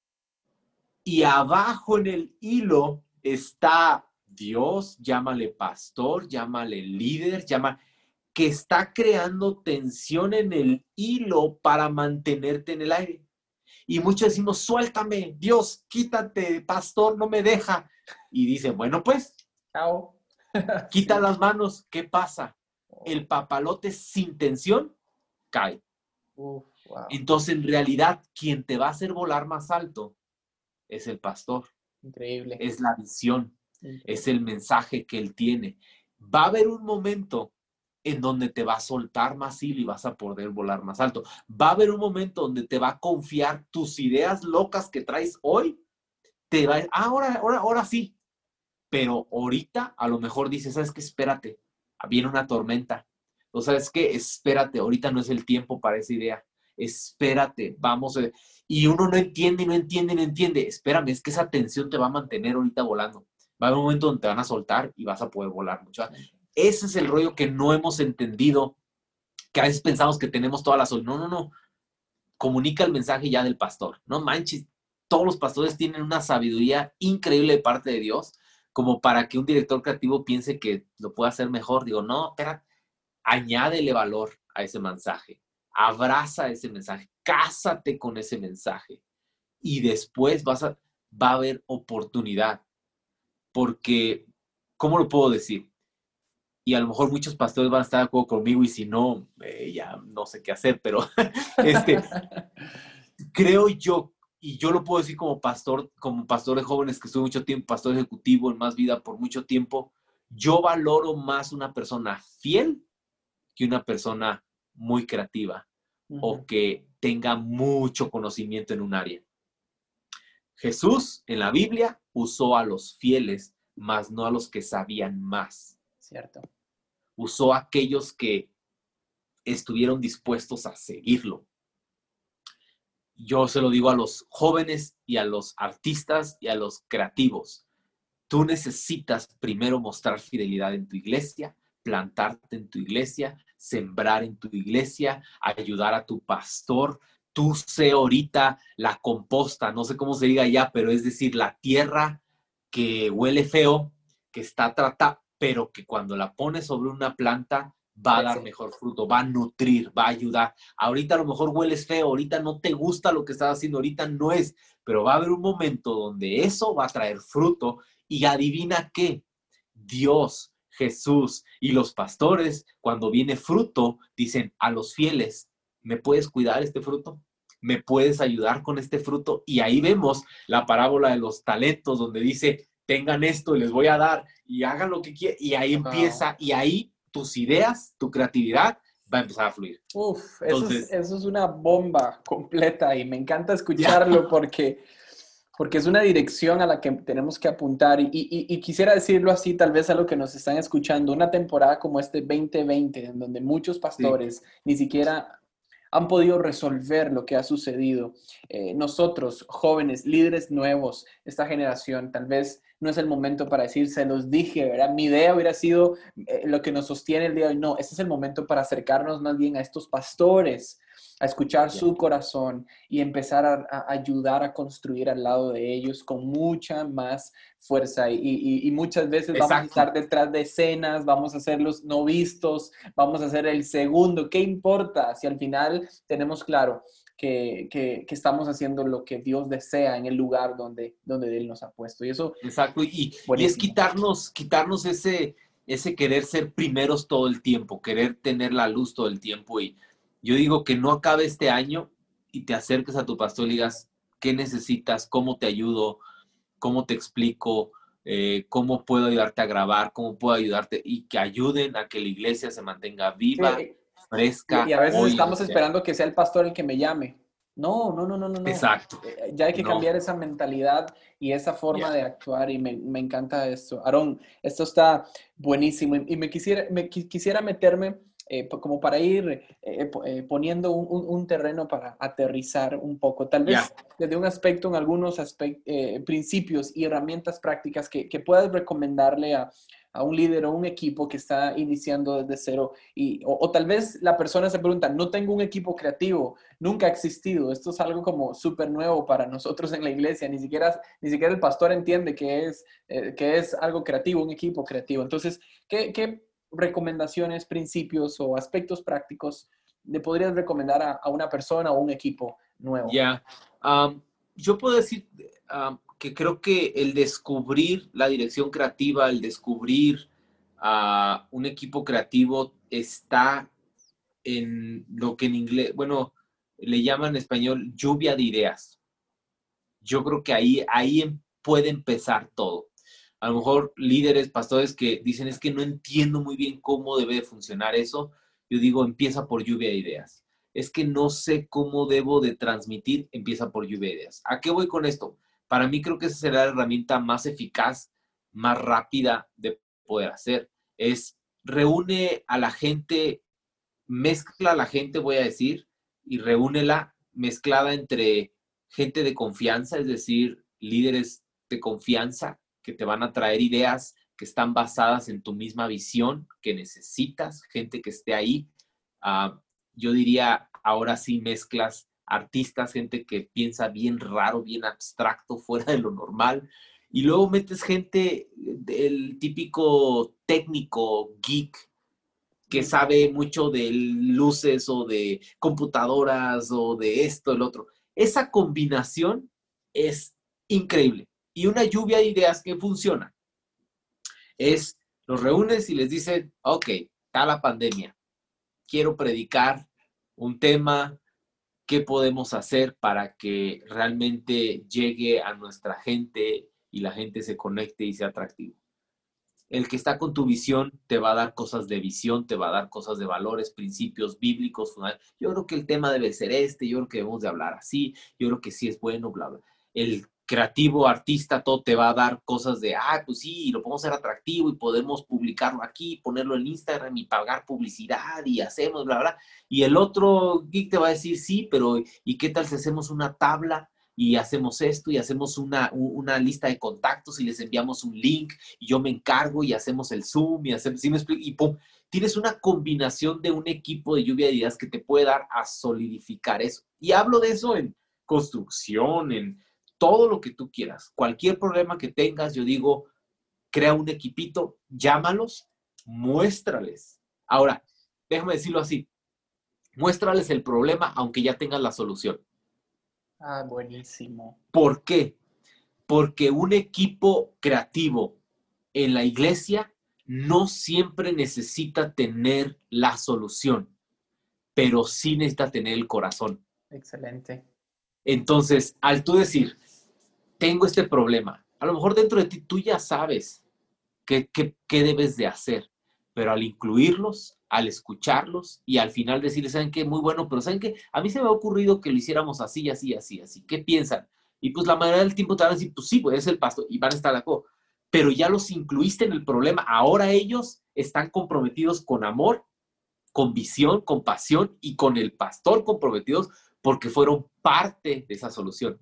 Y abajo en el hilo está Dios, llámale pastor, llámale líder, llama, que está creando tensión en el hilo para mantenerte en el aire. Y muchos decimos, suéltame, Dios, quítate, pastor, no me deja. Y dicen, bueno, pues, Chao. quita Sí. las manos, ¿qué pasa? El papalote sin tensión cae. Uf, wow. Entonces, en realidad, quien te va a hacer volar más alto es el pastor. Increíble. Es la visión. Increíble. Es el mensaje que él tiene. Va a haber un momento en donde te va a soltar más hilo y vas a poder volar más alto. Va a haber un momento donde te va a confiar tus ideas locas que traes hoy. Te va a decir, ah, ahora, ahora, ahora sí. Pero ahorita a lo mejor dices, ¿sabes qué? Espérate. Viene una tormenta. ¿O sabes qué? Espérate, ahorita no es el tiempo para esa idea. Espérate, vamos. A... Y uno no entiende, no entiende, no entiende. Espérame, es que esa tensión te va a mantener ahorita volando. Va a haber un momento donde te van a soltar y vas a poder volar mucho. Ese es el rollo que no hemos entendido, que a veces pensamos que tenemos toda la solución. No, no, no. Comunica el mensaje ya del pastor. No manches, todos los pastores tienen una sabiduría increíble de parte de Dios como para que un director creativo piense que lo puede hacer mejor. Digo, no, espera, añádele valor a ese mensaje, abraza ese mensaje, cásate con ese mensaje y después vas a, va a haber oportunidad. Porque, ¿cómo lo puedo decir? Y a lo mejor muchos pastores van a estar de acuerdo conmigo y si no, eh, ya no sé qué hacer, pero este, creo yo, y yo lo puedo decir como pastor, como pastor de jóvenes que estuve mucho tiempo, pastor ejecutivo en Más Vida por mucho tiempo, yo valoro más una persona fiel que una persona muy creativa uh-huh. o que tenga mucho conocimiento en un área. Jesús en la Biblia usó a los fieles, más no a los que sabían más. Cierto. Usó a aquellos que estuvieron dispuestos a seguirlo. Yo se lo digo a los jóvenes y a los artistas y a los creativos. Tú necesitas primero mostrar fidelidad en tu iglesia, plantarte en tu iglesia, sembrar en tu iglesia, ayudar a tu pastor. Tú sé ahorita la composta, no sé cómo se diga ya, pero es decir, la tierra que huele feo, que está tratada, pero que cuando la pones sobre una planta va a dar mejor fruto, va a nutrir, va a ayudar. Ahorita a lo mejor hueles feo, ahorita no te gusta lo que estás haciendo, ahorita no es, pero va a haber un momento donde eso va a traer fruto y adivina qué, Dios, Jesús y los pastores, cuando viene fruto, dicen a los fieles, ¿me puedes cuidar este fruto? ¿Me puedes ayudar con este fruto? Y ahí vemos la parábola de los talentos donde dice, tengan esto y les voy a dar y hagan lo que quieran. Y ahí wow. empieza, y ahí tus ideas, tu creatividad va a empezar a fluir. Uf, Entonces, eso, es, eso es una bomba completa y me encanta escucharlo yeah. porque, porque es una dirección a la que tenemos que apuntar y, y, y quisiera decirlo así, tal vez a lo que nos están escuchando, una temporada como este veinte veinte, en donde muchos pastores sí. ni siquiera han podido resolver lo que ha sucedido. Eh, nosotros, jóvenes, líderes nuevos, esta generación, tal vez no es el momento para decir, se los dije, ¿verdad? Mi idea hubiera sido eh, lo que nos sostiene el día de hoy. No, este es el momento para acercarnos más bien a estos pastores, a escuchar yeah. su corazón y empezar a, a ayudar a construir al lado de ellos con mucha más fuerza. Y, y, y muchas veces Exacto. vamos a estar detrás de escenas, vamos a ser los no vistos, vamos a ser el segundo. ¿Qué importa si al final tenemos claro que, que, que estamos haciendo lo que Dios desea en el lugar donde, donde Él nos ha puesto? Y eso Exacto. Y, y es quitarnos, quitarnos ese, ese querer ser primeros todo el tiempo, querer tener la luz todo el tiempo. Y yo digo que no acabe este año y te acerques a tu pastor y digas, ¿qué necesitas? ¿Cómo te ayudo? ¿Cómo te explico? Eh, ¿Cómo puedo ayudarte a grabar? ¿Cómo puedo ayudarte? Y que ayuden a que la iglesia se mantenga viva, sí. fresca. Y a veces hoy, estamos esperando que sea el pastor el que me llame. No, no, no, no, no. Exacto. Ya hay que no. cambiar esa mentalidad y esa forma yeah. de actuar y me, me encanta esto. Aarón, esto está buenísimo y me quisiera, me quisiera meterme eh, como para ir eh, eh, poniendo un, un, un terreno para aterrizar un poco. Tal vez yeah. desde un aspecto, en algunos aspect, eh, principios y herramientas prácticas que, que puedas recomendarle a a un líder o un equipo que está iniciando desde cero y, o, o tal vez la persona se pregunta, no tengo un equipo creativo, nunca ha existido, esto es algo como súper nuevo para nosotros en la iglesia, ni siquiera, ni siquiera el pastor entiende que es, eh, que es algo creativo, un equipo creativo. Entonces, ¿qué, qué recomendaciones, principios o aspectos prácticos le podrías recomendar a, a una persona o un equipo nuevo? Ya, yeah. um, yo puedo decir... Um, que creo que el descubrir la dirección creativa, el descubrir uh, un equipo creativo está en lo que en inglés, bueno, le llaman en español lluvia de ideas. Yo creo que ahí, ahí puede empezar todo. A lo mejor líderes, pastores que dicen es que no entiendo muy bien cómo debe de funcionar eso. Yo digo, empieza por lluvia de ideas. Es que no sé cómo debo de transmitir, empieza por lluvia de ideas. ¿A qué voy con esto? Para mí creo que esa será la herramienta más eficaz, más rápida de poder hacer. Es reúne a la gente, mezcla a la gente, voy a decir, y reúnela mezclada entre gente de confianza, es decir, líderes de confianza que te van a traer ideas que están basadas en tu misma visión que necesitas, gente que esté ahí. Uh, yo diría, ahora sí mezclas artistas, gente que piensa bien raro, bien abstracto, fuera de lo normal, Y luego metes gente, el típico técnico geek, que sabe mucho de luces o de computadoras o de esto, el otro. Esa combinación es increíble. Y una lluvia de ideas que funciona es, los reúnes y les dices, ok, está la pandemia, quiero predicar un tema, ¿qué podemos hacer para que realmente llegue a nuestra gente y la gente se conecte y sea atractivo? El que está con tu visión te va a dar cosas de visión, te va a dar cosas de valores, principios bíblicos. Yo creo que el tema debe ser este, yo creo que debemos de hablar así, yo creo que sí es bueno, bla, bla. El creativo, artista, todo te va a dar cosas de, ah, pues sí, lo podemos hacer atractivo y podemos publicarlo aquí, ponerlo en Instagram y pagar publicidad y hacemos, bla, bla. Y el otro geek te va a decir, sí, pero ¿y qué tal si hacemos una tabla? Y hacemos esto y hacemos una, una lista de contactos y les enviamos un link y yo me encargo y hacemos el Zoom y hacemos, ¿sí me explico? Y pum, tienes una combinación de un equipo de lluvia de ideas que te puede dar a solidificar eso. Y hablo de eso en construcción, en todo lo que tú quieras. Cualquier problema que tengas, yo digo, crea un equipito, llámalos, muéstrales. Ahora, déjame decirlo así, muéstrales el problema aunque ya tengas la solución. Ah, buenísimo. ¿Por qué? Porque un equipo creativo en la iglesia no siempre necesita tener la solución, pero sí necesita tener el corazón. Excelente. Entonces, al tú decir, tengo este problema, a lo mejor dentro de ti tú ya sabes qué, qué, qué debes de hacer, pero al incluirlos, al escucharlos y al final decirles, ¿saben qué? Muy bueno, pero ¿saben qué? A mí se me ha ocurrido que lo hiciéramos así, así, así, así. ¿Qué piensan? Y pues la mayoría del tiempo te van a decir, pues sí, pues es el pastor y van a estar de acuerdo. Pero ya los incluiste en el problema. Ahora ellos están comprometidos con amor, con visión, con pasión y con el pastor comprometidos porque fueron parte de esa solución.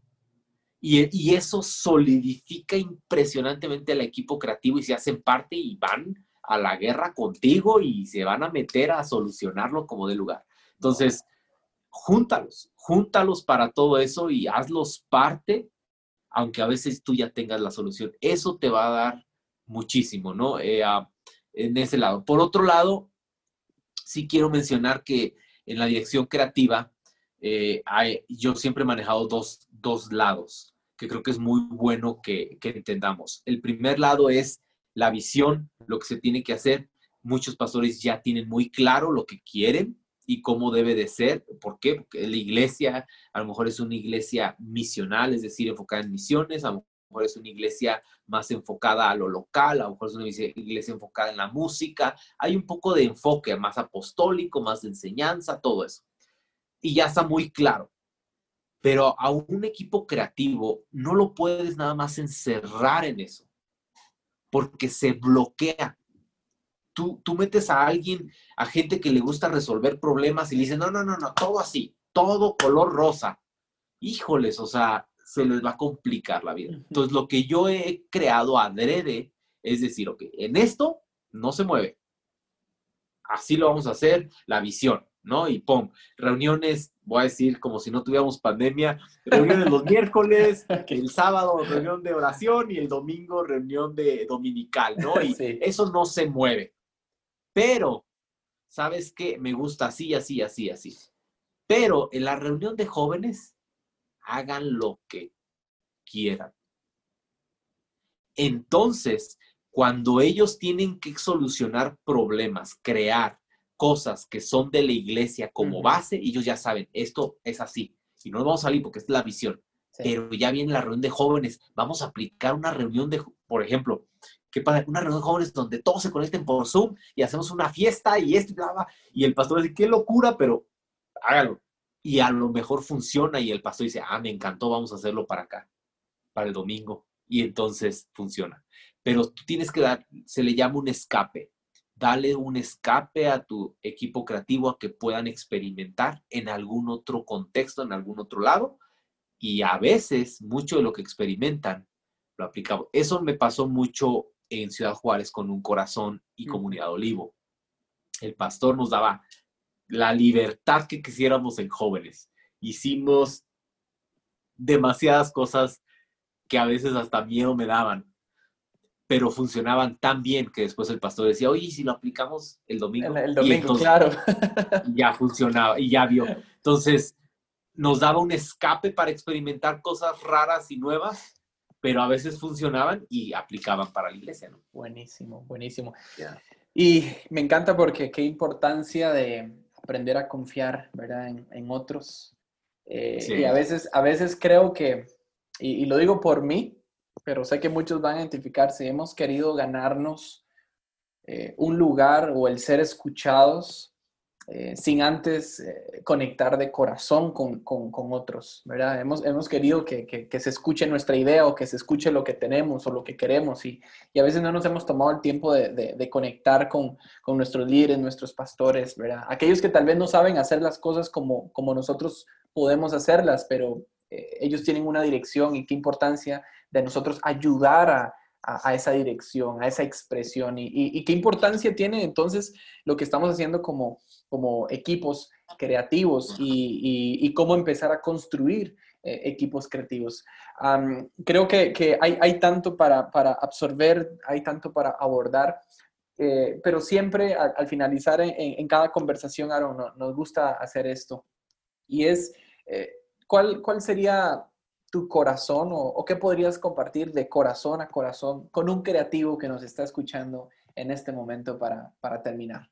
Y, y eso solidifica impresionantemente al equipo creativo y se hacen parte y van a la guerra contigo y se van a meter a solucionarlo como de lugar. Entonces, júntalos, júntalos para todo eso y hazlos parte, aunque a veces tú ya tengas la solución. Eso te va a dar muchísimo, ¿no? Eh, uh, en ese lado. Por otro lado, sí quiero mencionar que en la dirección creativa, eh, hay, yo siempre he manejado dos, dos lados, que creo que es muy bueno que, que entendamos. El primer lado es la visión, lo que se tiene que hacer. Muchos pastores ya tienen muy claro lo que quieren y cómo debe de ser. ¿Por qué? Porque la iglesia a lo mejor es una iglesia misional, es decir, enfocada en misiones, a lo mejor es una iglesia más enfocada a lo local, a lo mejor es una iglesia enfocada en la música. Hay un poco de enfoque más apostólico, más de enseñanza, todo eso. Y ya está muy claro. Pero a un equipo creativo no lo puedes nada más encerrar en eso, porque se bloquea. Tú, tú metes a alguien, a gente que le gusta resolver problemas y le dicen, no, no, no, no, todo así, todo color rosa. Híjoles, o sea, se les va a complicar la vida. Entonces, lo que yo he creado adrede es decir, ok, en esto no se mueve. Así lo vamos a hacer, la visión, ¿no? Y pum, reuniones, voy a decir como si no tuviéramos pandemia, reuniones los miércoles, okay. El sábado reunión de oración y el domingo reunión de dominical, ¿no? Y sí. Eso no se mueve. Pero, ¿sabes qué? Me gusta así, así, así, así. Pero en la reunión de jóvenes, hagan lo que quieran. Entonces, cuando ellos tienen que solucionar problemas, crear cosas que son de la iglesia como uh-huh. base, ellos ya saben, esto es así. Y no nos vamos a salir porque esta es la visión. Sí. Pero ya viene la reunión de jóvenes. Vamos a aplicar una reunión de, por ejemplo, ¿qué pasa? Una reunión de jóvenes donde todos se conecten por Zoom y hacemos una fiesta y esto y bla, bla. Y el pastor dice, qué locura, pero hágalo. Y a lo mejor funciona y el pastor dice, ah, me encantó, vamos a hacerlo para acá, para el domingo. Y entonces funciona. Pero tú tienes que dar, se le llama un escape. Dale un escape a tu equipo creativo a que puedan experimentar en algún otro contexto, en algún otro lado. Y a veces, mucho de lo que experimentan, lo aplicamos. Eso me pasó mucho en Ciudad Juárez con Un Corazón y Comunidad Olivo. El pastor nos daba la libertad que quisiéramos en jóvenes. Hicimos demasiadas cosas que a veces hasta miedo me daban, pero funcionaban tan bien que después el pastor decía, oye, ¿y si lo aplicamos el domingo? El, el Y domingo, entonces claro. ya funcionaba y ya vio. Entonces nos daba un escape para experimentar cosas raras y nuevas, pero a veces funcionaban y aplicaban para la iglesia, ¿no? Buenísimo, buenísimo. Yeah. Y me encanta porque qué importancia de aprender a confiar, ¿verdad? En, en otros. Eh, Sí. y a veces, a veces creo que, y, y lo digo por mí, pero sé que muchos van a identificarse, hemos querido ganarnos eh, un lugar o el ser escuchados eh, sin antes eh, conectar de corazón con, con, con otros, ¿verdad? Hemos, hemos querido que, que, que se escuche nuestra idea o que se escuche lo que tenemos o lo que queremos y, y a veces no nos hemos tomado el tiempo de, de, de conectar con, con nuestros líderes, nuestros pastores, ¿verdad? Aquellos que tal vez no saben hacer las cosas como, como nosotros podemos hacerlas, pero eh, ellos tienen una dirección y qué importancia de nosotros ayudar a, a, a esa dirección, a esa expresión y, y, y qué importancia tiene entonces lo que estamos haciendo como como equipos creativos y, y, y cómo empezar a construir eh, equipos creativos. Um, creo que, que hay, hay tanto para, para absorber, hay tanto para abordar, eh, pero siempre al, al finalizar en, en, cada conversación, Aaron, no, nos gusta hacer esto. Y es, eh, ¿cuál, ¿cuál sería tu corazón o, o qué podrías compartir de corazón a corazón con un creativo que nos está escuchando en este momento para, para terminar?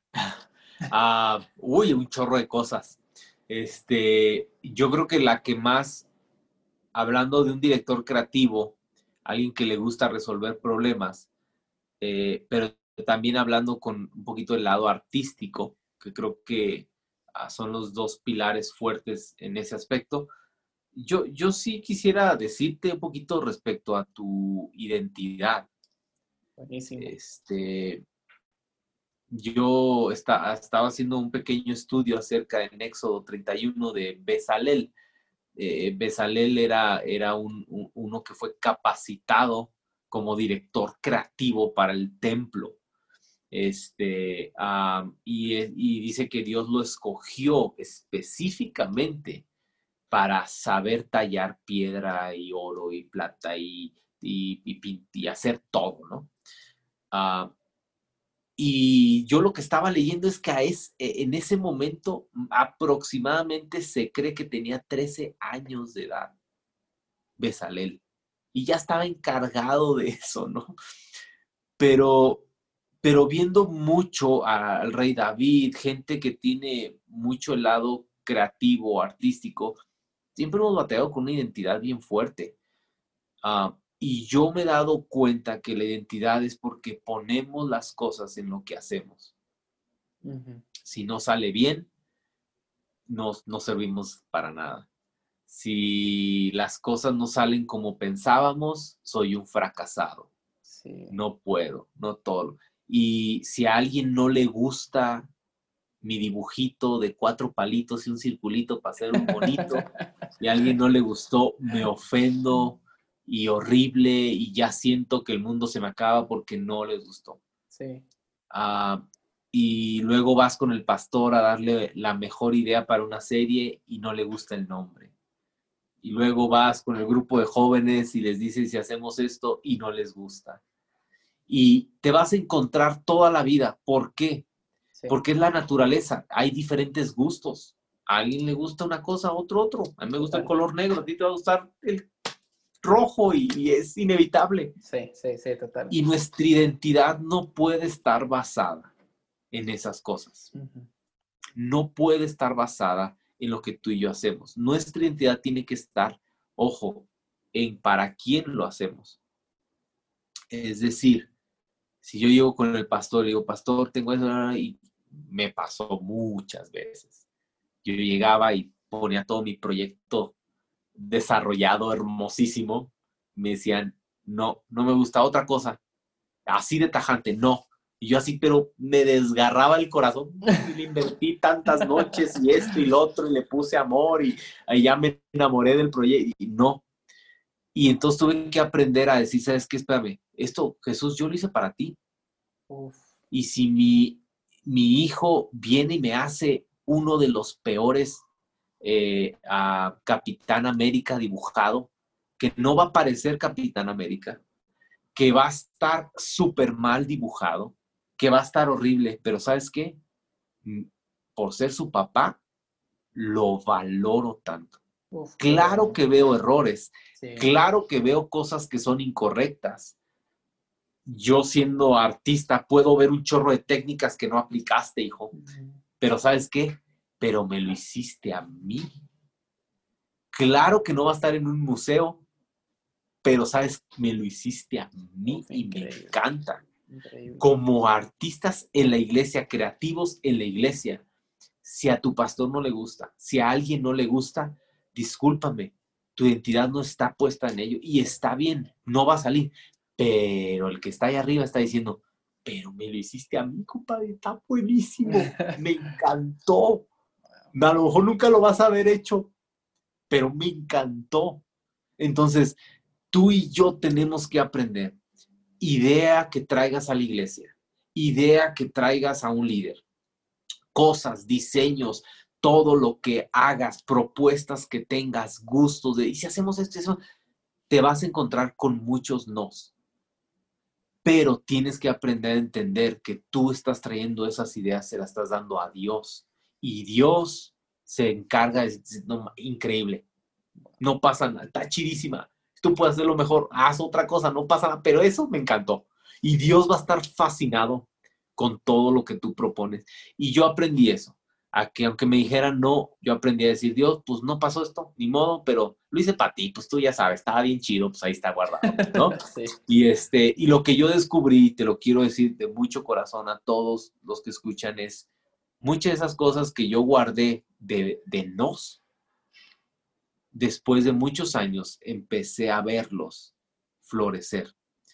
Uh, uy, un chorro de cosas. Este, yo creo que la que más, hablando de un director creativo, alguien que le gusta resolver problemas, eh, pero también hablando con un poquito del lado artístico, que creo que uh, son los dos pilares fuertes en ese aspecto. Yo, yo sí quisiera decirte un poquito respecto a tu identidad. Buenísimo. Este, yo está, estaba haciendo un pequeño estudio acerca del Éxodo treinta y uno de Bezalel. Eh, Bezalel era, era un, un, uno que fue capacitado como director creativo para el templo. Este, um, y, y dice que Dios lo escogió específicamente para saber tallar piedra y oro y plata y, y, y, y hacer todo, ¿no? Uh, Y yo lo que estaba leyendo es que es, en ese momento aproximadamente se cree que tenía trece años de edad, Bezalel, y ya estaba encargado de eso, ¿no? Pero, pero viendo mucho al rey David, gente que tiene mucho el lado creativo, artístico, siempre hemos batallado con una identidad bien fuerte. Uh, Y yo me he dado cuenta que la identidad es porque ponemos las cosas en lo que hacemos. Uh-huh. Si no sale bien, no, no servimos para nada. Si las cosas no salen como pensábamos, soy un fracasado. Sí. No puedo, no todo. Y si a alguien no le gusta mi dibujito de cuatro palitos y un circulito para hacer un bonito, y a alguien no le gustó, me ofendo y horrible y ya siento que el mundo se me acaba porque no les gustó. Sí. Uh, y luego vas con el pastor a darle la mejor idea para una serie y no le gusta el nombre. Y luego vas con el grupo de jóvenes y les dices si hacemos esto y no les gusta. Y te vas a encontrar toda la vida. ¿Por qué? Sí. Porque es la naturaleza. Hay diferentes gustos. A alguien le gusta una cosa, a otro otro. A mí me gusta el color negro, a ti te va a gustar el rojo y, y es inevitable. Sí, sí, sí, total. Y nuestra identidad no puede estar basada en esas cosas. Uh-huh. No puede estar basada en lo que tú y yo hacemos. Nuestra identidad tiene que estar, ojo, en para quién lo hacemos. Es decir, si yo llego con el pastor y digo, pastor, tengo eso, y me pasó muchas veces. Yo llegaba y ponía todo mi proyecto desarrollado, hermosísimo, me decían, no, no me gusta otra cosa, así de tajante, no. Y yo así, pero me desgarraba el corazón, y le invertí tantas noches y esto y lo otro, y le puse amor, y, y ya me enamoré del proyecto, y no. Y entonces tuve que aprender a decir, ¿sabes qué? Espérame, esto, Jesús, yo lo hice para ti. Uf. Y si mi, mi hijo viene y me hace uno de los peores Eh, a Capitán América dibujado, que no va a parecer Capitán América, que va a estar súper mal dibujado, que va a estar horrible, pero ¿sabes qué? Por ser su papá, lo valoro tanto. Uf, Claro bueno. que veo errores, Sí. claro que veo cosas que son incorrectas. Yo siendo artista puedo ver un chorro de técnicas que no aplicaste, hijo. Pero ¿sabes qué? Pero me lo hiciste a mí. Claro que no va a estar en un museo, pero ¿sabes? Me lo hiciste a mí. Uf, y increíble. Me encanta. Increíble. Como artistas en la iglesia, creativos en la iglesia, si a tu pastor no le gusta, si a alguien no le gusta, discúlpame, tu identidad no está puesta en ello y está bien, no va a salir. Pero el que está ahí arriba está diciendo, pero me lo hiciste a mí, compadre, está buenísimo, me encantó. A lo mejor nunca lo vas a haber hecho, pero me encantó. Entonces, tú y yo tenemos que aprender. Idea que traigas a la iglesia, idea que traigas a un líder, cosas, diseños, todo lo que hagas, propuestas que tengas, gustos de, y si hacemos esto, eso, te vas a encontrar con muchos nos. Pero tienes que aprender a entender que tú estás trayendo esas ideas, se las estás dando a Dios. Y Dios se encarga, de, no, increíble. No pasa nada, está chidísima. Tú puedes hacerlo mejor, haz otra cosa, no pasa nada. Pero eso me encantó. Y Dios va a estar fascinado con todo lo que tú propones. Y yo aprendí eso. A que aunque me dijeran no, yo aprendí a decir, Dios, pues no pasó esto, ni modo, pero lo hice para ti, pues tú ya sabes, estaba bien chido, pues ahí está guardado, ¿no? Sí. Y, este, y lo que yo descubrí, te lo quiero decir de mucho corazón a todos los que escuchan, es muchas de esas cosas que yo guardé de, de nos, después de muchos años empecé a verlos florecer.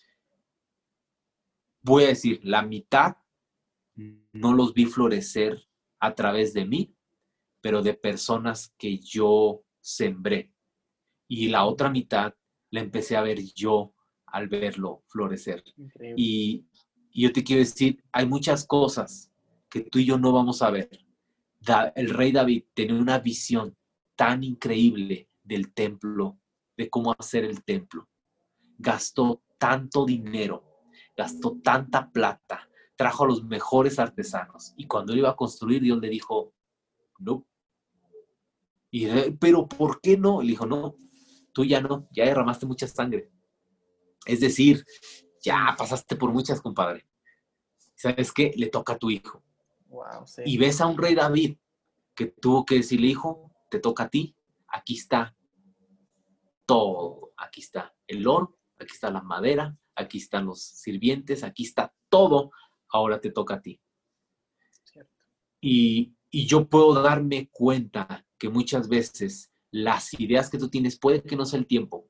Voy a decir, la mitad no los vi florecer a través de mí, pero de personas que yo sembré. Y la otra mitad la empecé a ver yo al verlo florecer. Y, y yo te quiero decir, hay muchas cosas que tú y yo no vamos a ver. Da, el rey David tenía una visión tan increíble del templo, de cómo hacer el templo. Gastó tanto dinero, gastó tanta plata, trajo a los mejores artesanos. Y cuando él iba a construir, Dios le dijo, no. Y, pero ¿por qué no? Le dijo, no, tú ya no, ya derramaste mucha sangre. Es decir, ya pasaste por muchas, compadre. ¿Sabes qué? Le toca a tu hijo. Wow, sí. Y ves a un rey David que tuvo que decirle, hijo, te toca a ti. Aquí está todo. Aquí está el oro, aquí está la madera, aquí están los sirvientes, aquí está todo. Ahora te toca a ti. Cierto. Y, y yo puedo darme cuenta que muchas veces las ideas que tú tienes, puede que no sea el tiempo,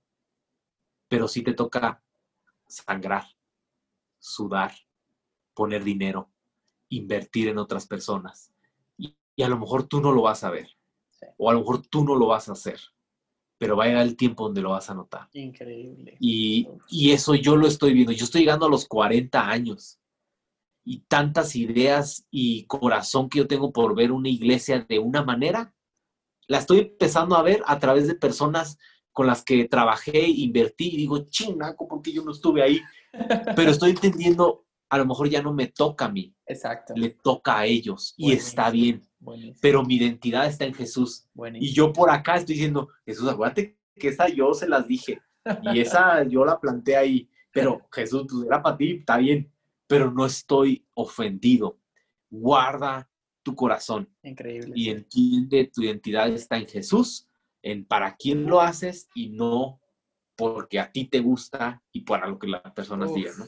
pero sí te toca sangrar, sudar, poner dinero, invertir en otras personas. Y, y a lo mejor tú no lo vas a ver, sí. O a lo mejor tú no lo vas a hacer, pero va a llegar el tiempo donde lo vas a notar. Increíble. Y, y eso yo lo estoy viendo. Yo estoy llegando a los cuarenta años. Y tantas ideas y corazón que yo tengo por ver una iglesia de una manera, la estoy empezando a ver a través de personas con las que trabajé, invertí, y digo, chinaco, ¿por qué yo no estuve ahí? Pero estoy entendiendo, a lo mejor ya no me toca a mí. Exacto. Le toca a ellos, y Buenísimo. Está bien. Buenísimo. Pero mi identidad está en Jesús. Buenísimo. Y yo por acá estoy diciendo, Jesús, acuérdate que esa yo se las dije. Y esa yo la planté ahí. Pero Jesús, pues era para ti, está bien. Pero no estoy ofendido. Guarda tu corazón. Increíble. Y entiende, tu identidad está en Jesús, en para quién lo haces y no porque a ti te gusta y para lo que las personas Uf. digan, ¿no?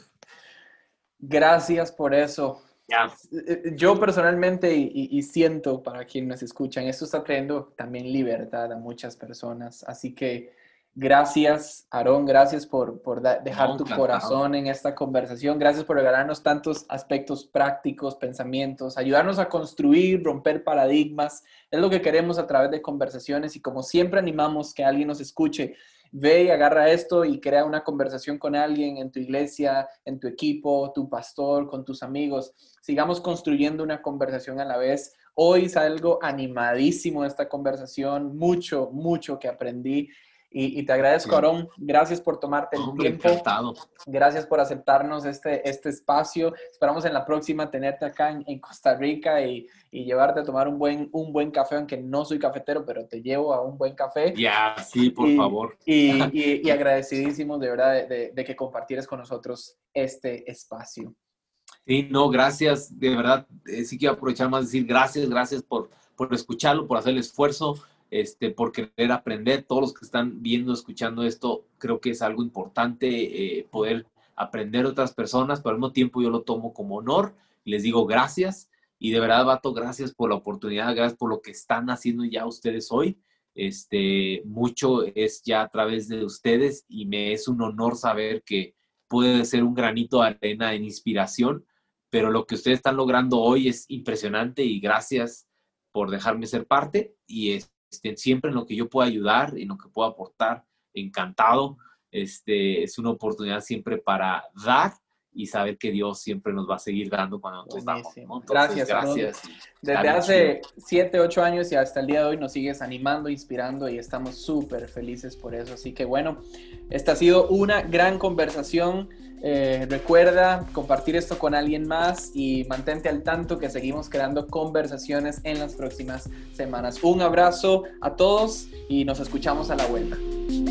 Gracias por eso. Ya. Yo personalmente y, y siento para quienes escuchan, esto está trayendo también libertad a muchas personas. Así que gracias, Aarón, gracias por, por da, dejar no, tu encantado. corazón en esta conversación. Gracias por regalarnos tantos aspectos prácticos, pensamientos, ayudarnos a construir, romper paradigmas. Es lo que queremos a través de conversaciones y como siempre animamos que alguien nos escuche. Ve y agarra esto y crea una conversación con alguien en tu iglesia, en tu equipo, tu pastor, con tus amigos. Sigamos construyendo una conversación a la vez. Hoy salgo animadísimo de esta conversación, mucho, mucho que aprendí. Y, y te agradezco, Aarón. Gracias por tomarte el Hombre, tiempo. encantado. Gracias por aceptarnos este, este espacio. Esperamos en la próxima tenerte acá en, en Costa Rica y, y llevarte a tomar un buen, un buen café, aunque no soy cafetero, pero te llevo a un buen café. Ya, sí, por y, favor. Y, y, y agradecidísimos de verdad de, de, de que compartieras con nosotros este espacio. Sí, no, gracias. De verdad, eh, sí quiero aprovechar más decir gracias, gracias por, por escucharlo, por hacer el esfuerzo. Este, por querer aprender. Todos los que están viendo, escuchando esto, creo que es algo importante eh, poder aprender de otras personas, pero al mismo tiempo yo lo tomo como honor y les digo gracias. Y de verdad, Vato, gracias por la oportunidad, gracias por lo que están haciendo ya ustedes hoy. Este, mucho es ya a través de ustedes y me es un honor saber que puede ser un granito de arena en inspiración, pero lo que ustedes están logrando hoy es impresionante y gracias por dejarme ser parte y es Este, siempre en lo que yo pueda ayudar, en lo que pueda aportar, encantado. Este, es una oportunidad siempre para dar y saber que Dios siempre nos va a seguir dando cuando nosotros damos, ¿no? Entonces, gracias, gracias. Desde hace siete, ocho años y hasta el día de hoy nos sigues animando, inspirando y estamos súper felices por eso. Así que bueno, esta ha sido una gran conversación. Eh, recuerda compartir esto con alguien más y mantente al tanto que seguimos creando conversaciones en las próximas semanas. Un abrazo a todos y nos escuchamos a la vuelta.